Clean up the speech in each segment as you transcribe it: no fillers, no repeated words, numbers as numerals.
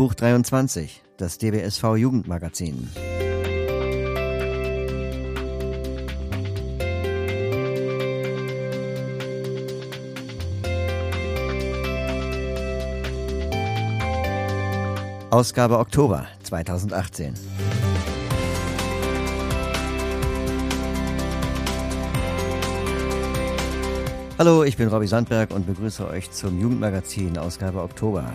Buch 23, das DBSV Jugendmagazin. Ausgabe Oktober 2018. Hallo, ich bin Robby Sandberg und begrüße euch zum Jugendmagazin Ausgabe Oktober.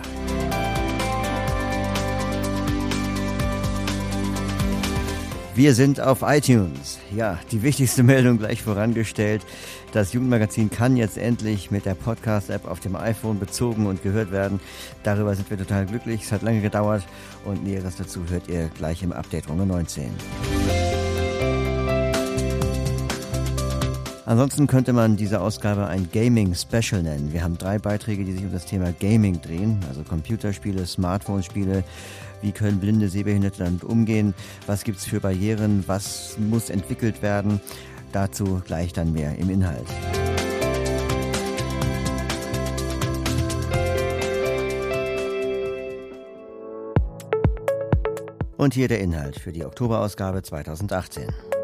Wir sind auf iTunes. Ja, die wichtigste Meldung gleich vorangestellt. Das Jugendmagazin kann jetzt endlich mit der Podcast-App auf dem iPhone bezogen und gehört werden. Darüber sind wir total glücklich. Es hat lange gedauert und Näheres dazu hört ihr gleich im Update Runde 19. Ansonsten könnte man diese Ausgabe ein Gaming-Special nennen. Wir haben 3 Beiträge, die sich um das Thema Gaming drehen, also Computerspiele, Smartphone-Spiele. Wie können blinde Sehbehinderte damit umgehen? Was gibt's für Barrieren? Was muss entwickelt werden? Dazu gleich dann mehr im Inhalt. Und hier der Inhalt für die Oktoberausgabe 2018.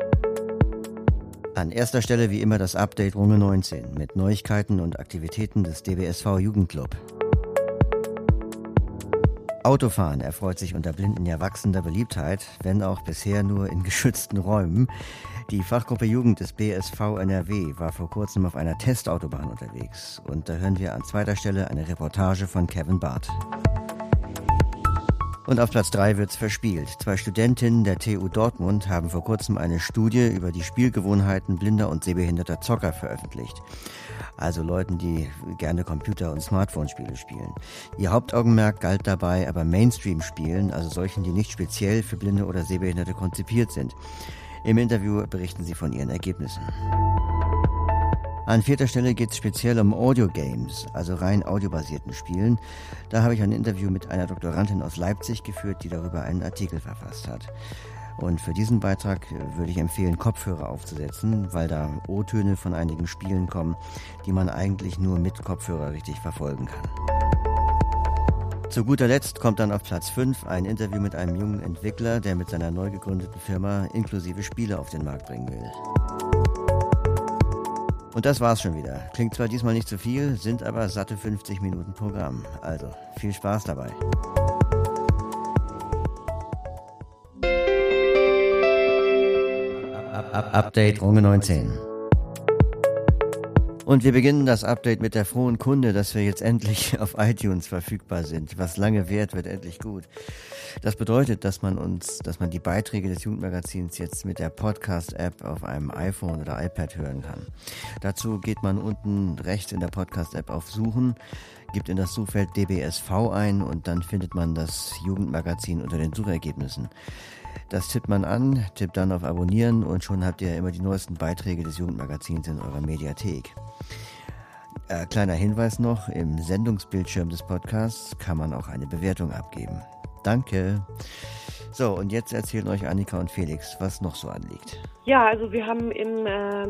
An erster Stelle wie immer das Update Runde 19 mit Neuigkeiten und Aktivitäten des DBSV Jugendclub. Autofahren erfreut sich unter Blinden ja wachsender Beliebtheit, wenn auch bisher nur in geschützten Räumen. Die Fachgruppe Jugend des BSV NRW war vor kurzem auf einer Testautobahn unterwegs. Und da hören wir an zweiter Stelle eine Reportage von Kevin Barth. Und auf Platz 3 wird's verspielt. 2 Studentinnen der TU Dortmund haben vor kurzem eine Studie über die Spielgewohnheiten blinder und sehbehinderter Zocker veröffentlicht. Also Leuten, die gerne Computer- und Smartphone-Spiele spielen. Ihr Hauptaugenmerk galt dabei aber Mainstream-Spielen, also solchen, die nicht speziell für Blinde oder Sehbehinderte konzipiert sind. Im Interview berichten sie von ihren Ergebnissen. An 4. Stelle geht es speziell um Audio-Games, also rein audiobasierten Spielen. Da habe ich ein Interview mit einer Doktorandin aus Leipzig geführt, die darüber einen Artikel verfasst hat. Und für diesen Beitrag würde ich empfehlen, Kopfhörer aufzusetzen, weil da O-Töne von einigen Spielen kommen, die man eigentlich nur mit Kopfhörer richtig verfolgen kann. Zu guter Letzt kommt dann auf Platz 5 ein Interview mit einem jungen Entwickler, der mit seiner neu gegründeten Firma inklusive Spiele auf den Markt bringen will. Und das war's schon wieder. Klingt zwar diesmal nicht so viel, sind aber satte 50 Minuten Programm. Also, viel Spaß dabei. Update Runde 19. Und wir beginnen das Update mit der frohen Kunde, dass wir jetzt endlich auf iTunes verfügbar sind. Was lange währt, wird endlich gut. Das bedeutet, dass man die Beiträge des Jugendmagazins jetzt mit der Podcast-App auf einem iPhone oder iPad hören kann. Dazu geht man unten rechts in der Podcast-App auf Suchen, gibt in das Suchfeld DBSV ein und dann findet man das Jugendmagazin unter den Suchergebnissen. Das tippt man an, tippt dann auf Abonnieren und schon habt ihr immer die neuesten Beiträge des Jugendmagazins in eurer Mediathek. Kleiner Hinweis noch, im Sendungsbildschirm des Podcasts kann man auch eine Bewertung abgeben. Danke. So, und jetzt erzählen euch Annika und Felix, was noch so anliegt. Ja, also wir haben im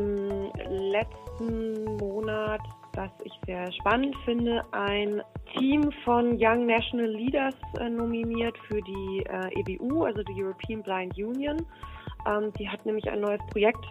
letzten Monat, was ich sehr spannend finde, ein Team von Young National Leaders nominiert für die EBU, also die European Blind Union. Die hat nämlich ein neues Projekt,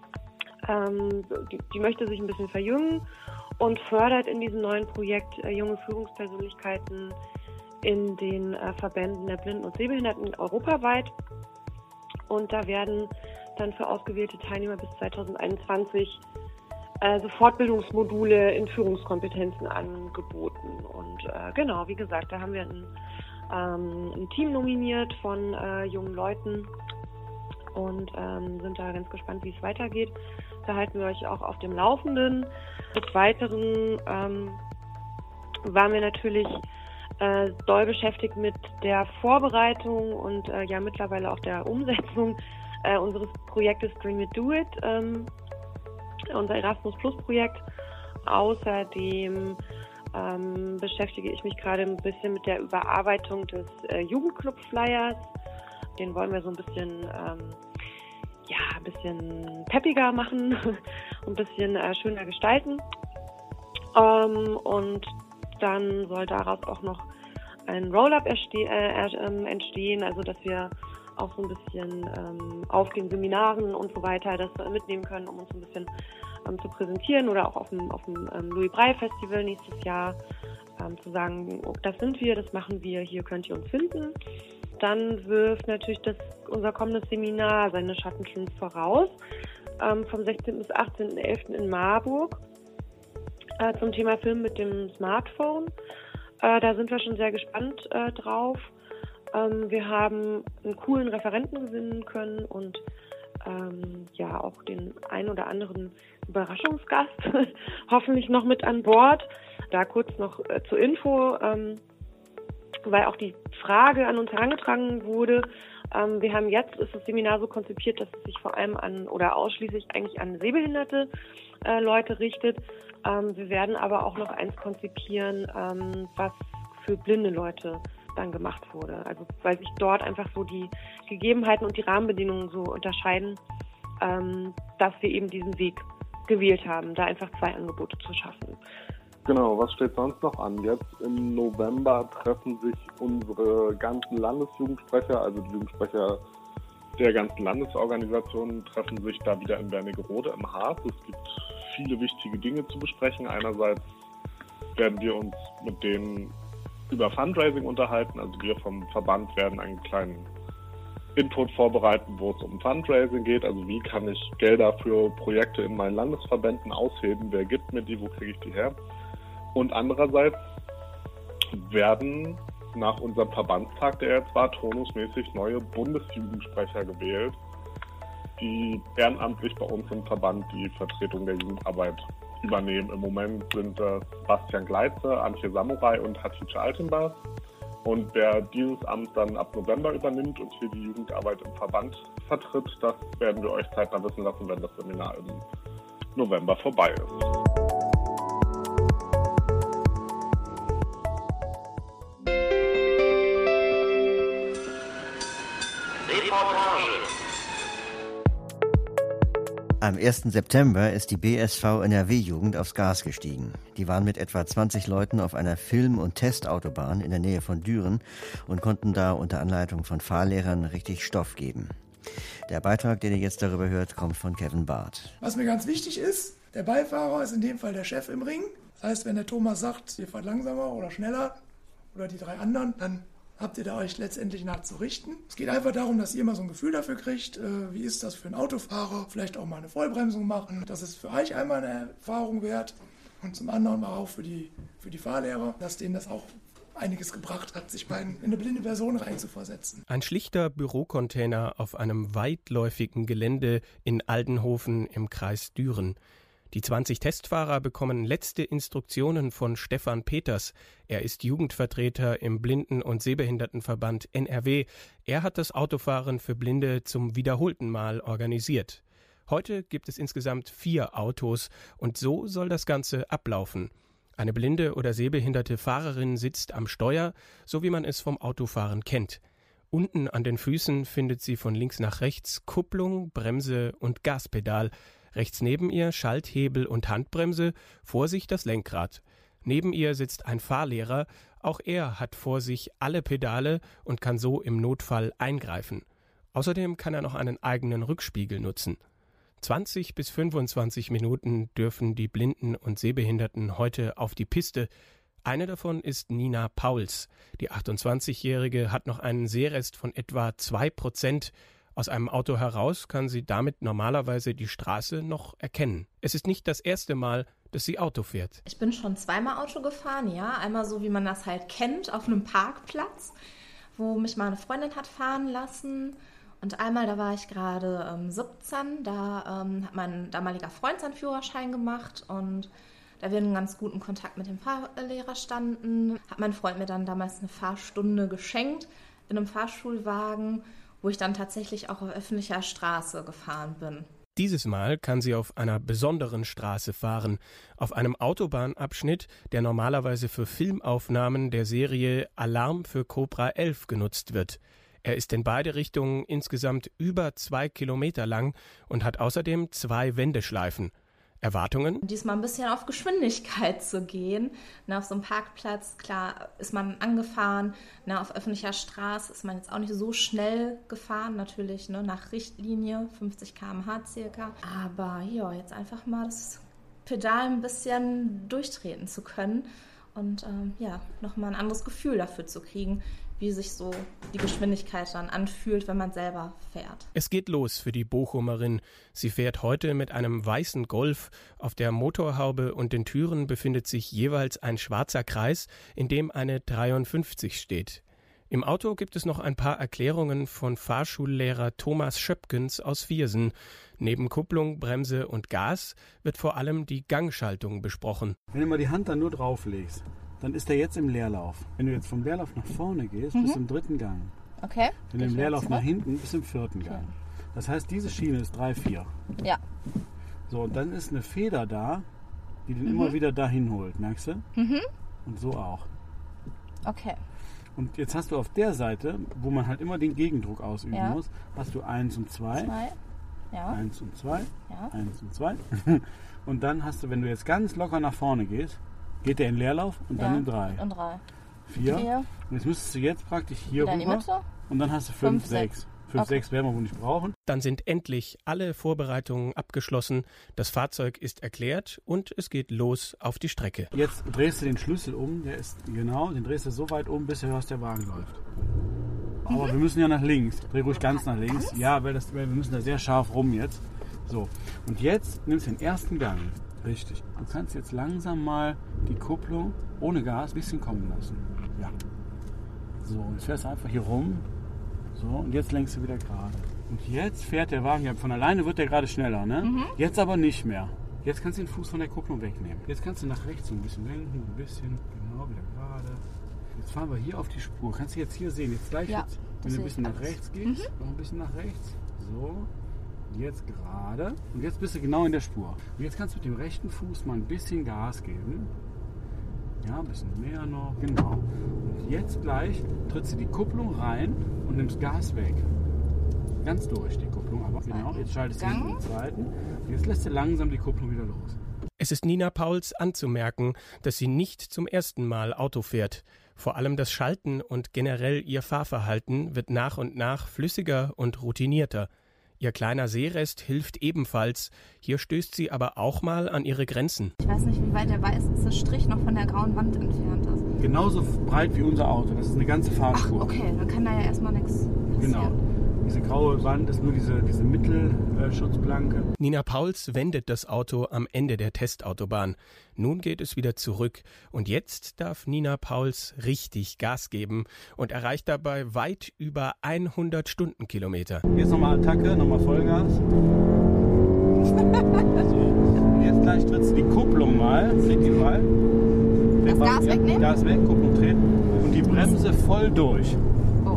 die möchte sich ein bisschen verjüngen und fördert in diesem neuen Projekt junge Führungspersönlichkeiten in den Verbänden der Blinden und Sehbehinderten europaweit. Und da werden dann für ausgewählte Teilnehmer bis 2021 so Fortbildungsmodule in Führungskompetenzen angeboten. Und genau, wie gesagt, da haben wir ein Team nominiert von jungen Leuten und sind da ganz gespannt, wie es weitergeht. Da halten wir euch auch auf dem Laufenden. Des Weiteren waren wir natürlich doll beschäftigt mit der Vorbereitung und ja mittlerweile auch der Umsetzung unseres Projektes Dream It, Do It, unser Erasmus Plus Projekt. Außerdem beschäftige ich mich gerade ein bisschen mit der Überarbeitung des Jugendclub-Flyers. Den wollen wir so ein bisschen ein bisschen peppiger machen und ein bisschen schöner gestalten. Und dann soll daraus auch noch ein Roll-up entstehen, also dass wir auch so ein bisschen auf den Seminaren und so weiter das mitnehmen können, um uns ein bisschen zu präsentieren oder auch auf dem Louis Braille Festival nächstes Jahr zu sagen, oh, das sind wir, das machen wir, hier könnt ihr uns finden. Dann wirft natürlich unser kommendes Seminar seine Schatten schon voraus, vom 16. bis 18.11. in Marburg zum Thema Film mit dem Smartphone. Da sind wir schon sehr gespannt drauf. Wir haben einen coolen Referenten gewinnen können und auch den ein oder anderen Überraschungsgast hoffentlich noch mit an Bord. Da kurz noch zur Info, weil auch die Frage an uns herangetragen wurde. Wir haben jetzt, ist das Seminar so konzipiert, dass es sich vor allem ausschließlich eigentlich an sehbehinderte Leute richtet. Wir werden aber auch noch eins konzipieren, was für blinde Leute dann gemacht wurde. Also weil sich dort einfach so die Gegebenheiten und die Rahmenbedingungen so unterscheiden, dass wir eben diesen Weg gewählt haben, da einfach 2 Angebote zu schaffen. Genau, was steht sonst noch an? Jetzt im November treffen sich unsere ganzen Landesjugendsprecher, also die Jugendsprecher der ganzen Landesorganisationen, treffen sich da wieder in Wernigerode im Harz. Es gibt viele wichtige Dinge zu besprechen. Einerseits werden wir uns mit denen über Fundraising unterhalten. Also wir vom Verband werden einen kleinen Input vorbereiten, wo es um Fundraising geht. Also wie kann ich Gelder für Projekte in meinen Landesverbänden ausheben? Wer gibt mir die? Wo kriege ich die her? Und andererseits werden nach unserem Verbandstag, der jetzt war, turnusmäßig neue Bundesjugendsprecher gewählt, die ehrenamtlich bei uns im Verband die Vertretung der Jugendarbeit übernehmen. Im Moment sind das Bastian Gleitze, Antje Samurai und Hatice Altenbach. Und wer dieses Amt dann ab November übernimmt und hier die Jugendarbeit im Verband vertritt, das werden wir euch zeitnah wissen lassen, wenn das Seminar im November vorbei ist. Am 1. September ist die BSV NRW-Jugend aufs Gas gestiegen. Die waren mit etwa 20 Leuten auf einer Film- und Testautobahn in der Nähe von Düren und konnten da unter Anleitung von Fahrlehrern richtig Stoff geben. Der Beitrag, den ihr jetzt darüber hört, kommt von Kevin Barth. Was mir ganz wichtig ist, der Beifahrer ist in dem Fall der Chef im Ring. Das heißt, wenn der Thomas sagt, ihr fahrt langsamer oder schneller oder die 3 anderen, dann habt ihr da euch letztendlich nach zu richten. Es geht einfach darum, dass ihr mal so ein Gefühl dafür kriegt, wie ist das für einen Autofahrer, vielleicht auch mal eine Vollbremsung machen. Das ist für euch einmal eine Erfahrung wert und zum anderen auch für die Fahrlehrer, dass denen das auch einiges gebracht hat, sich in eine blinde Person reinzuversetzen. Ein schlichter Bürocontainer auf einem weitläufigen Gelände in Aldenhofen im Kreis Düren. Die 20 Testfahrer bekommen letzte Instruktionen von Stefan Peters. Er ist Jugendvertreter im Blinden- und Sehbehindertenverband NRW. Er hat das Autofahren für Blinde zum wiederholten Mal organisiert. Heute gibt es insgesamt 4 Autos und so soll das Ganze ablaufen. Eine blinde oder sehbehinderte Fahrerin sitzt am Steuer, so wie man es vom Autofahren kennt. Unten an den Füßen findet sie von links nach rechts Kupplung, Bremse und Gaspedal. Rechts neben ihr Schalthebel und Handbremse, vor sich das Lenkrad. Neben ihr sitzt ein Fahrlehrer, auch er hat vor sich alle Pedale und kann so im Notfall eingreifen. Außerdem kann er noch einen eigenen Rückspiegel nutzen. 20 bis 25 Minuten dürfen die Blinden und Sehbehinderten heute auf die Piste. Eine davon ist Nina Pauls. Die 28-Jährige hat noch einen Sehrest von etwa 2%. Aus einem Auto heraus kann sie damit normalerweise die Straße noch erkennen. Es ist nicht das erste Mal, dass sie Auto fährt. Ich bin schon 2-mal Auto gefahren, ja. Einmal so, wie man das halt kennt, auf einem Parkplatz, wo mich meine Freundin hat fahren lassen. Und einmal, da war ich gerade 17, da hat mein damaliger Freund seinen Führerschein gemacht und da wir in einem ganz guten Kontakt mit dem Fahrlehrer standen, hat mein Freund mir dann damals eine Fahrstunde geschenkt in einem Fahrschulwagen, wo ich dann tatsächlich auch auf öffentlicher Straße gefahren bin. Dieses Mal kann sie auf einer besonderen Straße fahren, auf einem Autobahnabschnitt, der normalerweise für Filmaufnahmen der Serie Alarm für Cobra 11 genutzt wird. Er ist in beide Richtungen insgesamt über 2 Kilometer lang und hat außerdem 2 Wendeschleifen. Erwartungen? Diesmal ein bisschen auf Geschwindigkeit zu gehen. Auf so einem Parkplatz, klar, ist man angefahren. Auf öffentlicher Straße ist man jetzt auch nicht so schnell gefahren, natürlich nach Richtlinie, 50 km/h circa. Aber ja, jetzt einfach mal das Pedal ein bisschen durchtreten zu können und nochmal ein anderes Gefühl dafür zu kriegen, wie sich so die Geschwindigkeit dann anfühlt, wenn man selber fährt. Es geht los für die Bochumerin. Sie fährt heute mit einem weißen Golf. Auf der Motorhaube und den Türen befindet sich jeweils ein schwarzer Kreis, in dem eine 53 steht. Im Auto gibt es noch ein paar Erklärungen von Fahrschullehrer Thomas Schöpkens aus Viersen. Neben Kupplung, Bremse und Gas wird vor allem die Gangschaltung besprochen. Wenn du mal die Hand da nur drauflegst, dann ist er jetzt im Leerlauf. Wenn du jetzt vom Leerlauf nach vorne gehst, bist du im 3. Gang. Okay. Wenn du im Leerlauf nach hinten bist du im 4. Gang. Das heißt, diese Schiene ist 3, 4. Ja. So, und dann ist eine Feder da, die den immer wieder dahin holt, merkst du? Und so auch. Okay. Und jetzt hast du auf der Seite, wo man halt immer den Gegendruck ausüben muss, hast du 1 und 2. 1 und 2. 1 und 2. Und dann hast du, wenn du jetzt ganz locker nach vorne gehst, geht der in Leerlauf und dann in 3. Und 3. 4. Und jetzt müsstest du jetzt praktisch hier rüber. Und dann hast du 5, 6. 5, 6 werden wir wohl nicht brauchen. Dann sind endlich alle Vorbereitungen abgeschlossen, das Fahrzeug ist erklärt und es geht los auf die Strecke. Jetzt drehst du den Schlüssel um, den drehst du so weit um, bis du hörst, der Wagen läuft. Aber wir müssen ja nach links. Dreh ruhig ganz nach links. Ja, weil wir müssen da sehr scharf rum jetzt. So, und jetzt nimmst du den 1. Gang. Richtig. Du kannst jetzt langsam mal die Kupplung ohne Gas ein bisschen kommen lassen. Ja. So, jetzt fährst du einfach hier rum. So, und jetzt lenkst du wieder gerade. Und jetzt fährt der Wagen, ja, von alleine wird der gerade schneller, ne? Jetzt aber nicht mehr. Jetzt kannst du den Fuß von der Kupplung wegnehmen. Jetzt kannst du nach rechts so ein bisschen lenken, ein bisschen, genau, wieder gerade. Jetzt fahren wir hier auf die Spur. Kannst du jetzt hier sehen, jetzt gleich, wenn du ein bisschen nach rechts gehst, noch ein bisschen nach rechts. So, jetzt gerade. Und jetzt bist du genau in der Spur. Und jetzt kannst du mit dem rechten Fuß mal ein bisschen Gas geben. Ja, ein bisschen mehr noch, genau. Und jetzt gleich trittst du die Kupplung rein und nimmst Gas weg. Ganz durch die Kupplung, aber genau. Jetzt schaltest du hinten den 2. Und jetzt lässt du langsam die Kupplung wieder los. Es ist Nina Pauls anzumerken, dass sie nicht zum ersten Mal Auto fährt. Vor allem das Schalten und generell ihr Fahrverhalten wird nach und nach flüssiger und routinierter. Ihr kleiner Seerest hilft ebenfalls. Hier stößt sie aber auch mal an ihre Grenzen. Ich weiß nicht, wie weit der weiße Strich noch von der grauen Wand entfernt ist. Genauso breit wie unser Auto. Das ist eine ganze Fahrspur. Ach, okay, dann kann da ja erstmal nichts passieren. Genau. Diese graue Wand ist nur diese Mittelschutzplanke. Nina Pauls wendet das Auto am Ende der Testautobahn. Nun geht es wieder zurück. Und jetzt darf Nina Pauls richtig Gas geben und erreicht dabei weit über 100 Stundenkilometer. Jetzt nochmal Attacke, nochmal Vollgas. So. Und jetzt gleich trittst du die Kupplung mal. Krieg die mal. Das Gas wegnehmen? Gas weg, Kupplung treten. Und die Bremse voll durch. Oh.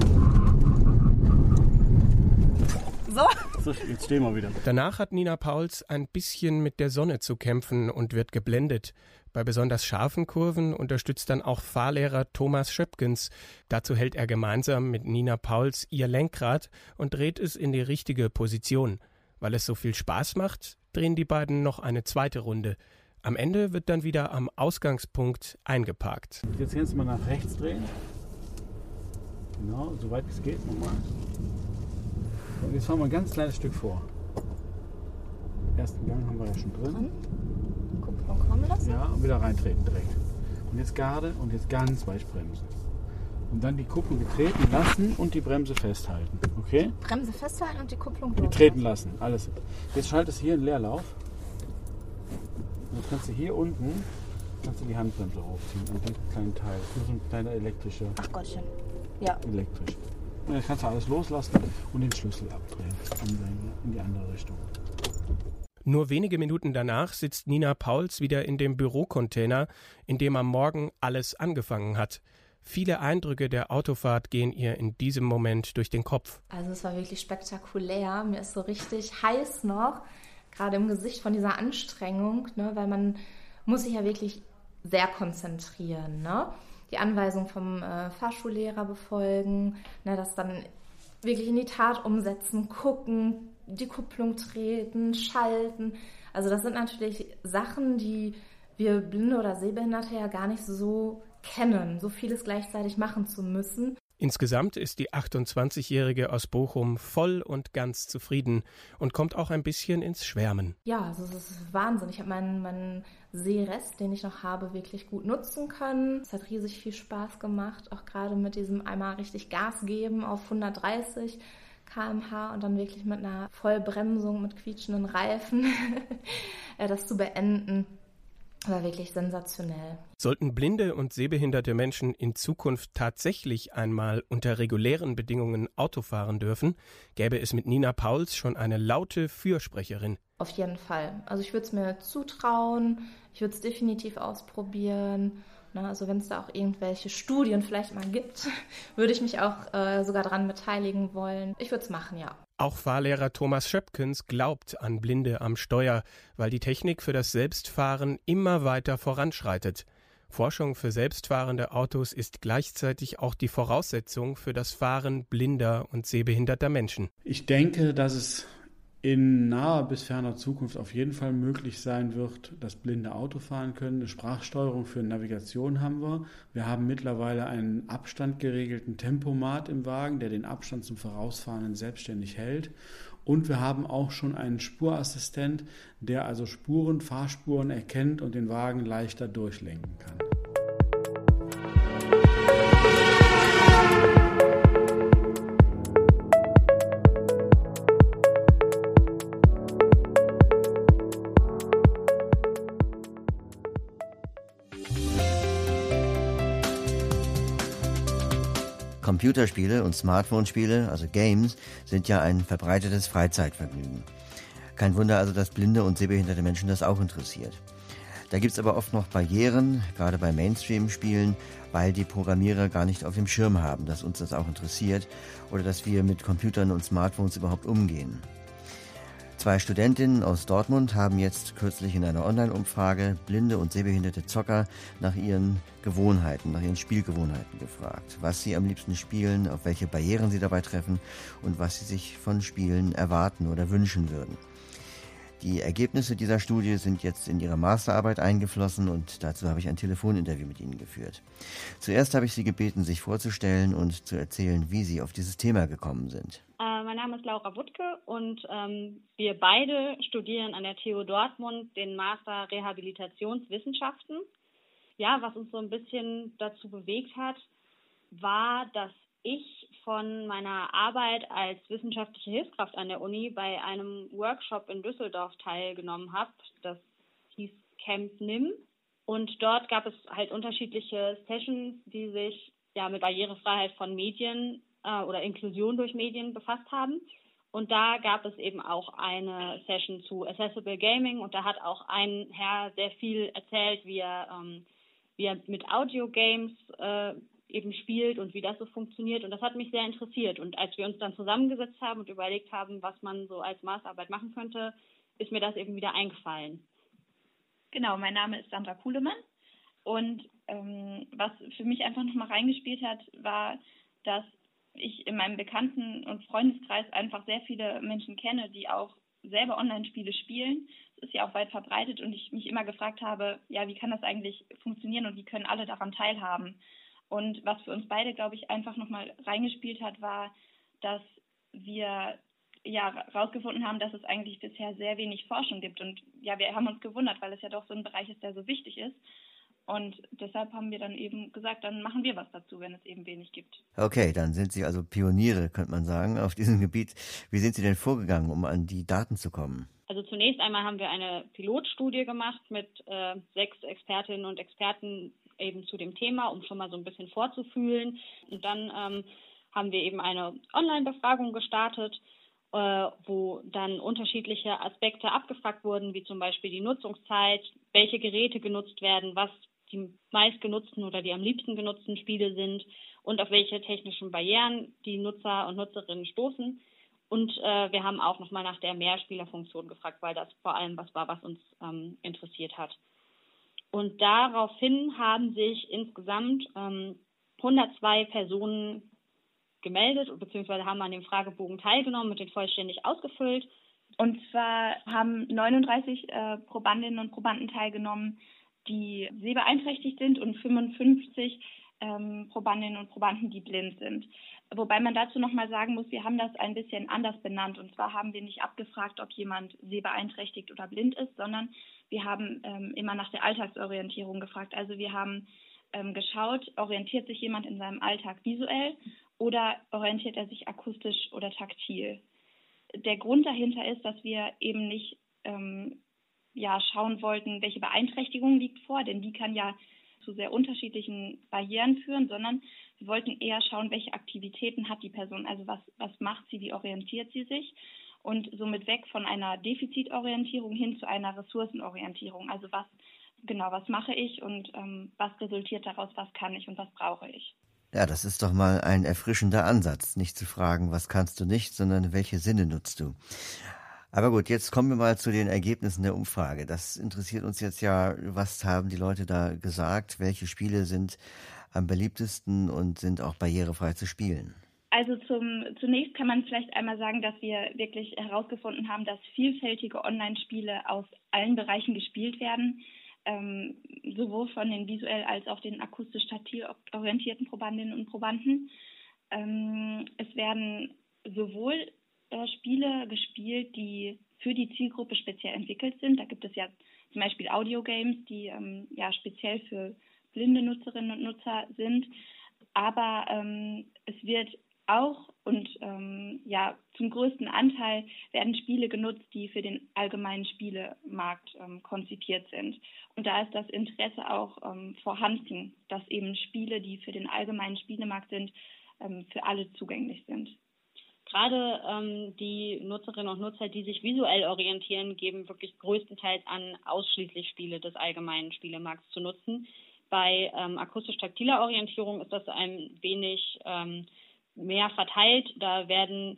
So, jetzt stehen wir wieder. Danach hat Nina Pauls ein bisschen mit der Sonne zu kämpfen und wird geblendet. Bei besonders scharfen Kurven unterstützt dann auch Fahrlehrer Thomas Schöpkens. Dazu hält er gemeinsam mit Nina Pauls ihr Lenkrad und dreht es in die richtige Position. Weil es so viel Spaß macht, drehen die beiden noch eine zweite Runde. Am Ende wird dann wieder am Ausgangspunkt eingeparkt. Jetzt kannst du mal nach rechts drehen. Genau, soweit es geht nochmal. Und jetzt fahren wir ein ganz kleines Stück vor. Den ersten Gang haben wir ja schon drin. Kupplung kommen lassen? Ja, und wieder reintreten direkt. Und jetzt gerade und jetzt ganz weich bremsen. Und dann die Kupplung getreten lassen und die Bremse festhalten. Okay? Bremse festhalten und die Kupplung durch. Getreten lassen, alles. Jetzt schaltest du hier in Leerlauf. Und jetzt kannst du hier unten die Handbremse hochziehen und den kleinen Teil. Das ist nur so ein kleiner elektrischer. Ach Gottchen. Ja. Elektrisch. Und jetzt kannst du alles loslassen und den Schlüssel abdrehen in die andere Richtung. Nur wenige Minuten danach sitzt Nina Pauls wieder in dem Bürocontainer, in dem am Morgen alles angefangen hat. Viele Eindrücke der Autofahrt gehen ihr in diesem Moment durch den Kopf. Also es war wirklich spektakulär. Mir ist so richtig heiß noch, gerade im Gesicht von dieser Anstrengung, ne, weil man muss sich ja wirklich sehr konzentrieren, ne? Die Anweisung vom Fahrschullehrer befolgen, ne, das dann wirklich in die Tat umsetzen, gucken, die Kupplung treten, schalten, Also das sind natürlich Sachen, die wir Blinde oder Sehbehinderte ja gar nicht so kennen, so vieles gleichzeitig machen zu müssen. Insgesamt ist die 28-Jährige aus Bochum voll und ganz zufrieden und kommt auch ein bisschen ins Schwärmen. Ja, also es ist Wahnsinn. Ich habe meinen Sehrest, den ich noch habe, wirklich gut nutzen können. Es hat riesig viel Spaß gemacht, auch gerade mit diesem einmal richtig Gas geben auf 130 km/h und dann wirklich mit einer Vollbremsung, mit quietschenden Reifen das zu beenden. War wirklich sensationell. Sollten blinde und sehbehinderte Menschen in Zukunft tatsächlich einmal unter regulären Bedingungen Auto fahren dürfen, gäbe es mit Nina Pauls schon eine laute Fürsprecherin. Auf jeden Fall. Also ich würde es mir zutrauen, ich würde es definitiv ausprobieren. Also wenn es da auch irgendwelche Studien vielleicht mal gibt, würde ich mich auch sogar daran beteiligen wollen. Ich würde es machen, ja. Auch Fahrlehrer Thomas Schöpkens glaubt an Blinde am Steuer, weil die Technik für das Selbstfahren immer weiter voranschreitet. Forschung für selbstfahrende Autos ist gleichzeitig auch die Voraussetzung für das Fahren blinder und sehbehinderter Menschen. Ich denke, dass es in naher bis ferner Zukunft auf jeden Fall möglich sein wird, dass Blinde Auto fahren können. Eine Sprachsteuerung für Navigation haben wir. Wir haben mittlerweile einen Abstand geregelten Tempomat im Wagen, der den Abstand zum Vorausfahrenden selbstständig hält. Und wir haben auch schon einen Spurassistent, der also Fahrspuren erkennt und den Wagen leichter durchlenken kann. Computerspiele und Smartphone-Spiele, also Games, sind ja ein verbreitetes Freizeitvergnügen. Kein Wunder also, dass blinde und sehbehinderte Menschen das auch interessiert. Da gibt es aber oft noch Barrieren, gerade bei Mainstream-Spielen, weil die Programmierer gar nicht auf dem Schirm haben, dass uns das auch interessiert oder dass wir mit Computern und Smartphones überhaupt umgehen. 2 Studentinnen aus Dortmund haben jetzt kürzlich in einer Online-Umfrage blinde und sehbehinderte Zocker nach ihren Gewohnheiten, nach ihren Spielgewohnheiten gefragt. Was sie am liebsten spielen, auf welche Barrieren sie dabei treffen und was sie sich von Spielen erwarten oder wünschen würden. Die Ergebnisse dieser Studie sind jetzt in ihre Masterarbeit eingeflossen und dazu habe ich ein Telefoninterview mit ihnen geführt. Zuerst habe ich sie gebeten, sich vorzustellen und zu erzählen, wie sie auf dieses Thema gekommen sind. Mein Name ist Laura Wuttke und wir beide studieren an der TU Dortmund den Master Rehabilitationswissenschaften. Ja, was uns so ein bisschen dazu bewegt hat, war, dass ich von meiner Arbeit als wissenschaftliche Hilfskraft an der Uni bei einem Workshop in Düsseldorf teilgenommen habe. Das hieß Camp NIM. Und dort gab es halt unterschiedliche Sessions, die sich ja mit Barrierefreiheit von Medien oder Inklusion durch Medien befasst haben. Und da gab es eben auch eine Session zu Accessible Gaming und da hat auch ein Herr sehr viel erzählt, wie er mit Audio-Games eben spielt und wie das so funktioniert. Und das hat mich sehr interessiert. Und als wir uns dann zusammengesetzt haben und überlegt haben, was man so als Masterarbeit machen könnte, ist mir das eben wieder eingefallen. Genau, mein Name ist Sandra Kuhlemann. Und was für mich einfach nochmal reingespielt hat, war, dass ich in meinem Bekannten- und Freundeskreis einfach sehr viele Menschen kenne, die auch selber Online-Spiele spielen. Das ist ja auch weit verbreitet und ich mich immer gefragt habe, ja, wie kann das eigentlich funktionieren und wie können alle daran teilhaben? Und was für uns beide, glaube ich, einfach nochmal reingespielt hat, war, dass wir ja rausgefunden haben, dass es eigentlich bisher sehr wenig Forschung gibt. Und ja, wir haben uns gewundert, weil es ja doch so ein Bereich ist, der so wichtig ist. Und deshalb haben wir dann eben gesagt, dann machen wir was dazu, wenn es eben wenig gibt. Okay, dann sind Sie also Pioniere, könnte man sagen, auf diesem Gebiet. Wie sind Sie denn vorgegangen, um an die Daten zu kommen? Also zunächst einmal haben wir eine Pilotstudie gemacht mit 6 Expertinnen und Experten eben zu dem Thema, um schon mal so ein bisschen vorzufühlen. Und dann haben wir eben eine Online-Befragung gestartet, wo dann unterschiedliche Aspekte abgefragt wurden, wie zum Beispiel die Nutzungszeit, welche Geräte genutzt werden, was die meistgenutzten oder die am liebsten genutzten Spiele sind und auf welche technischen Barrieren die Nutzer und Nutzerinnen stoßen. Und wir haben auch nochmal nach der Mehrspielerfunktion gefragt, weil das vor allem was war, was uns interessiert hat. Und daraufhin haben sich insgesamt 102 Personen gemeldet, beziehungsweise haben an dem Fragebogen teilgenommen und den vollständig ausgefüllt. Und zwar haben 39 Probandinnen und Probanden teilgenommen, die sehbeeinträchtigt sind und 55 Probandinnen und Probanden, die blind sind. Wobei man dazu nochmal sagen muss, wir haben das ein bisschen anders benannt. Und zwar haben wir nicht abgefragt, ob jemand sehbeeinträchtigt oder blind ist, sondern wir haben immer nach der Alltagsorientierung gefragt. Also wir haben geschaut, orientiert sich jemand in seinem Alltag visuell oder orientiert er sich akustisch oder taktil. Der Grund dahinter ist, dass wir eben nicht schauen wollten, welche Beeinträchtigung liegt vor, denn die kann ja zu sehr unterschiedlichen Barrieren führen, sondern wir wollten eher schauen, welche Aktivitäten hat die Person, also was macht sie, wie orientiert sie sich und somit weg von einer Defizitorientierung hin zu einer Ressourcenorientierung. Also was mache ich und was resultiert daraus, was kann ich und was brauche ich. Ja, das ist doch mal ein erfrischender Ansatz, nicht zu fragen, was kannst du nicht, sondern welche Sinne nutzt du. Aber gut, jetzt kommen wir mal zu den Ergebnissen der Umfrage. Das interessiert uns jetzt ja, was haben die Leute da gesagt, welche Spiele sind am beliebtesten und sind auch barrierefrei zu spielen? Also zunächst kann man vielleicht einmal sagen, dass wir wirklich herausgefunden haben, dass vielfältige Online-Spiele aus allen Bereichen gespielt werden, sowohl von den visuell als auch den akustisch taktil orientierten Probandinnen und Probanden. Es werden sowohl Spiele gespielt, die für die Zielgruppe speziell entwickelt sind. Da gibt es ja zum Beispiel Audiogames, die speziell für blinde Nutzerinnen und Nutzer sind. Aber es wird auch und zum größten Anteil werden Spiele genutzt, die für den allgemeinen Spielemarkt konzipiert sind. Und da ist das Interesse auch vorhanden, dass eben Spiele, die für den allgemeinen Spielemarkt sind, für alle zugänglich sind. Gerade die Nutzerinnen und Nutzer, die sich visuell orientieren, geben wirklich größtenteils an, ausschließlich Spiele des allgemeinen Spielemarkts zu nutzen. Bei akustisch-taktiler Orientierung ist das ein wenig mehr verteilt. Da werden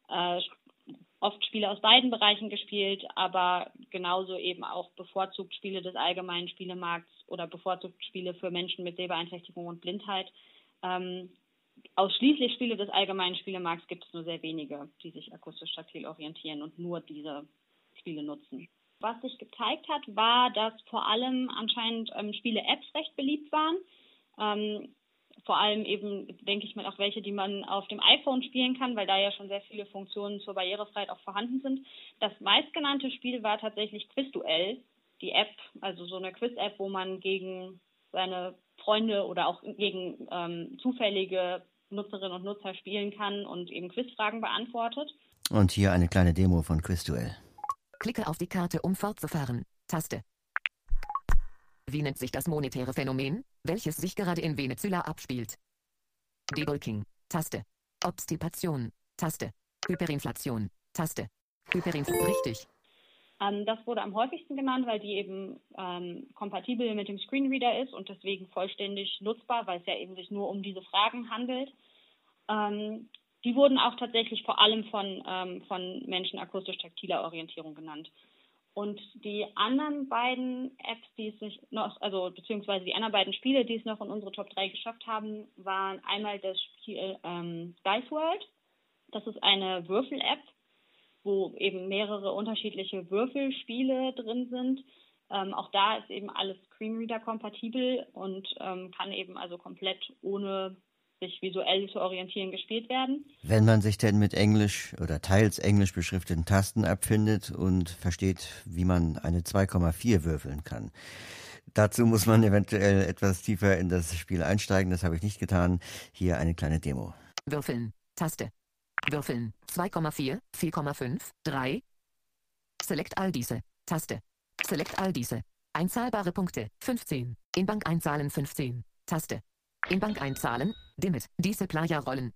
oft Spiele aus beiden Bereichen gespielt, aber genauso eben auch bevorzugt Spiele des allgemeinen Spielemarkts oder bevorzugt Spiele für Menschen mit Sehbeeinträchtigung und Blindheit. Ausschließlich Spiele des allgemeinen Spielemarkts gibt es nur sehr wenige, die sich akustisch-taktil orientieren und nur diese Spiele nutzen. Was sich gezeigt hat, war, dass vor allem anscheinend Spiele-Apps recht beliebt waren. Vor allem eben, denke ich mal, auch welche, die man auf dem iPhone spielen kann, weil da ja schon sehr viele Funktionen zur Barrierefreiheit auch vorhanden sind. Das meistgenannte Spiel war tatsächlich Quizduell, die App, also so eine Quiz-App, wo man gegen seine Freunde oder auch gegen zufällige Nutzerinnen und Nutzer spielen kann und eben Quizfragen beantwortet. Und hier eine kleine Demo von Quizduell. Klicke auf die Karte, um fortzufahren. Taste. Wie nennt sich das monetäre Phänomen, welches sich gerade in Venezuela abspielt? Debulking. Taste. Obstipation. Taste. Hyperinflation. Taste. Richtig. Das wurde am häufigsten genannt, weil die eben kompatibel mit dem Screenreader ist und deswegen vollständig nutzbar, weil es ja eben sich nur um diese Fragen handelt. Die wurden auch tatsächlich vor allem von Menschen akustisch-taktiler Orientierung genannt. Und die anderen beiden Apps, die es sich noch, also beziehungsweise die anderen beiden Spiele, die es noch in unsere Top 3 geschafft haben, waren einmal das Spiel Dice World. Das ist eine Würfel-App, wo eben mehrere unterschiedliche Würfelspiele drin sind. Auch da ist eben alles Screenreader-kompatibel und kann eben also komplett ohne sich visuell zu orientieren gespielt werden. Wenn man sich denn mit englisch oder teils englisch beschrifteten Tasten abfindet und versteht, wie man eine 2,4 würfeln kann. Dazu muss man eventuell etwas tiefer in das Spiel einsteigen. Das habe ich nicht getan. Hier eine kleine Demo. Würfeln. Taste. Würfeln. 2,4, 4,5, 3. Select all diese. Taste. Select all diese. Einzahlbare Punkte. 15. In Bank einzahlen 15. Taste. In Bank einzahlen. Dimit. Diese Player rollen.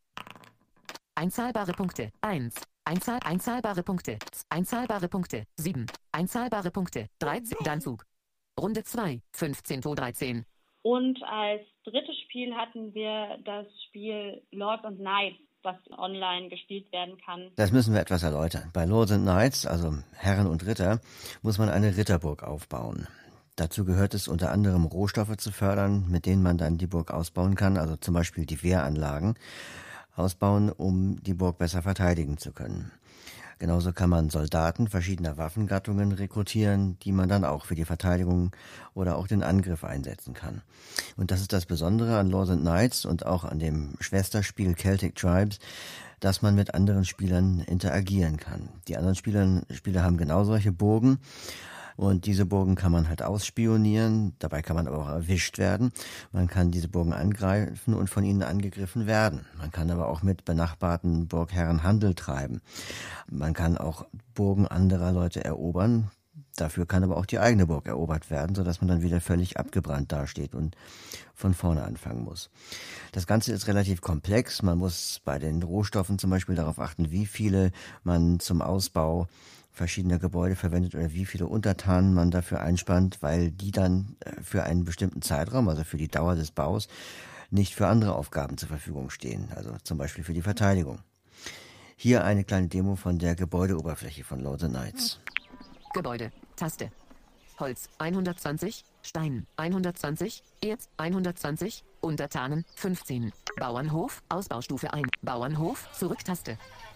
Einzahlbare Punkte. 1. Einzahlbare Punkte. Einzahlbare Punkte. 7. Einzahlbare Punkte. 13. Dann Zug. Runde 2. 15 to 13. Und als drittes Spiel hatten wir das Spiel Lords and Knights, was online gespielt werden kann. Das müssen wir etwas erläutern. Bei Lords and Knights, also Herren und Ritter, muss man eine Ritterburg aufbauen. Dazu gehört es unter anderem, Rohstoffe zu fördern, mit denen man dann die Burg ausbauen kann, also zum Beispiel die Wehranlagen ausbauen, um die Burg besser verteidigen zu können. Genauso kann man Soldaten verschiedener Waffengattungen rekrutieren, die man dann auch für die Verteidigung oder auch den Angriff einsetzen kann. Und das ist das Besondere an Lords and Knights und auch an dem Schwesterspiel Celtic Tribes, dass man mit anderen Spielern interagieren kann. Die anderen Spieler haben genau solche Burgen. Und diese Burgen kann man halt ausspionieren, dabei kann man aber auch erwischt werden. Man kann diese Burgen angreifen und von ihnen angegriffen werden. Man kann aber auch mit benachbarten Burgherren Handel treiben. Man kann auch Burgen anderer Leute erobern. Dafür kann aber auch die eigene Burg erobert werden, sodass man dann wieder völlig abgebrannt dasteht und von vorne anfangen muss. Das Ganze ist relativ komplex. Man muss bei den Rohstoffen zum Beispiel darauf achten, wie viele man zum Ausbau verschiedener Gebäude verwendet oder wie viele Untertanen man dafür einspannt, weil die dann für einen bestimmten Zeitraum, also für die Dauer des Baus, nicht für andere Aufgaben zur Verfügung stehen, also zum Beispiel für die Verteidigung. Hier eine kleine Demo von der Gebäudeoberfläche von Lords and Knights. Gebäude, Taste. Holz 120, Stein 120, Erz 120, Untertanen 15. Bauernhof, Ausbaustufe 1. Bauernhof, Zurücktaste.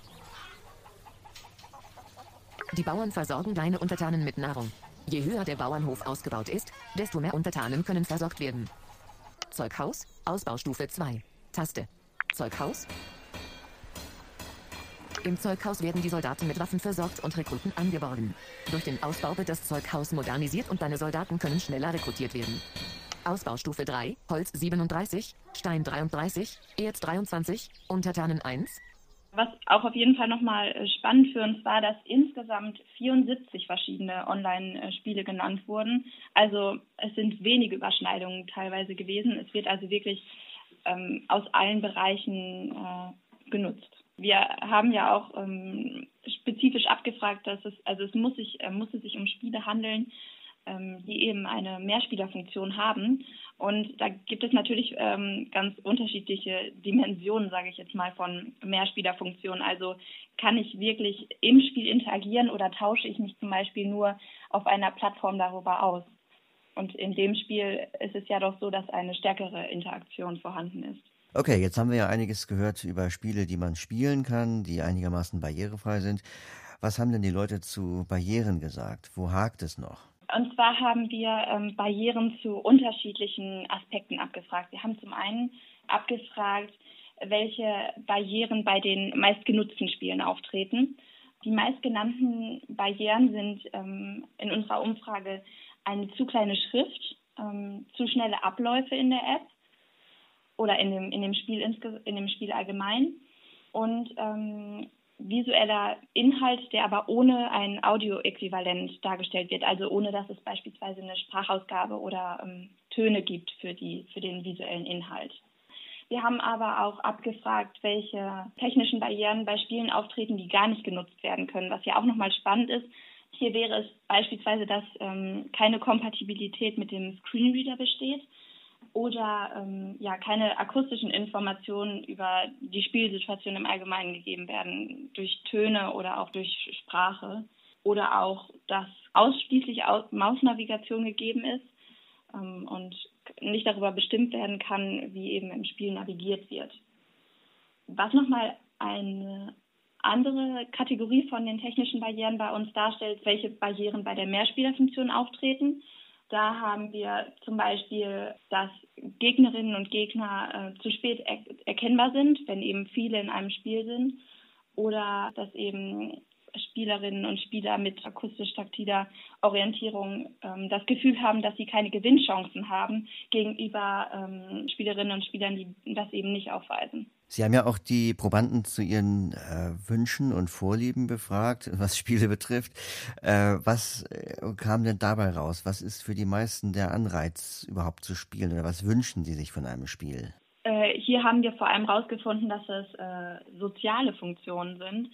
Die Bauern versorgen deine Untertanen mit Nahrung. Je höher der Bauernhof ausgebaut ist, desto mehr Untertanen können versorgt werden. Zeughaus, Ausbaustufe 2. Taste. Zeughaus. Im Zeughaus werden die Soldaten mit Waffen versorgt und Rekruten angeworben. Durch den Ausbau wird das Zeughaus modernisiert und deine Soldaten können schneller rekrutiert werden. Ausbaustufe 3, Holz 37, Stein 33, Erz 23, Untertanen 1. Was auch auf jeden Fall nochmal spannend für uns war, dass insgesamt 74 verschiedene Online-Spiele genannt wurden. Also es sind wenige Überschneidungen teilweise gewesen. Es wird also wirklich aus allen Bereichen genutzt. Wir haben ja auch spezifisch abgefragt, dass es musste sich um Spiele handeln, die eben eine Mehrspielerfunktion haben. Und da gibt es natürlich ganz unterschiedliche Dimensionen, sage ich jetzt mal, von Mehrspielerfunktionen. Also kann ich wirklich im Spiel interagieren oder tausche ich mich zum Beispiel nur auf einer Plattform darüber aus? Und in dem Spiel ist es ja doch so, dass eine stärkere Interaktion vorhanden ist. Okay, jetzt haben wir ja einiges gehört über Spiele, die man spielen kann, die einigermaßen barrierefrei sind. Was haben denn die Leute zu Barrieren gesagt? Wo hakt es noch? Und zwar haben wir Barrieren zu unterschiedlichen Aspekten abgefragt. Wir haben zum einen abgefragt, welche Barrieren bei den meistgenutzten Spielen auftreten. Die meistgenannten Barrieren sind in unserer Umfrage eine zu kleine Schrift, zu schnelle Abläufe in der App oder in dem Spiel allgemein und visueller Inhalt, der aber ohne ein Audioäquivalent dargestellt wird, also ohne dass es beispielsweise eine Sprachausgabe oder Töne gibt für den visuellen Inhalt. Wir haben aber auch abgefragt, welche technischen Barrieren bei Spielen auftreten, die gar nicht genutzt werden können, was ja auch nochmal spannend ist. Hier wäre es beispielsweise, dass keine Kompatibilität mit dem Screenreader besteht oder keine akustischen Informationen über die Spielsituation im Allgemeinen gegeben werden, durch Töne oder auch durch Sprache. Oder auch, dass ausschließlich Mausnavigation gegeben ist und nicht darüber bestimmt werden kann, wie eben im Spiel navigiert wird. Was nochmal eine andere Kategorie von den technischen Barrieren bei uns darstellt, welche Barrieren bei der Mehrspielerfunktion auftreten. Da haben wir zum Beispiel, dass Gegnerinnen und Gegner zu spät erkennbar sind, wenn eben viele in einem Spiel sind, oder dass eben Spielerinnen und Spieler mit akustisch-taktiler Orientierung das Gefühl haben, dass sie keine Gewinnchancen haben gegenüber Spielerinnen und Spielern, die das eben nicht aufweisen. Sie haben ja auch die Probanden zu ihren Wünschen und Vorlieben befragt, was Spiele betrifft. Was kam denn dabei raus? Was ist für die meisten der Anreiz, überhaupt zu spielen? Oder was wünschen sie sich von einem Spiel? Hier haben wir vor allem herausgefunden, dass es soziale Funktionen sind,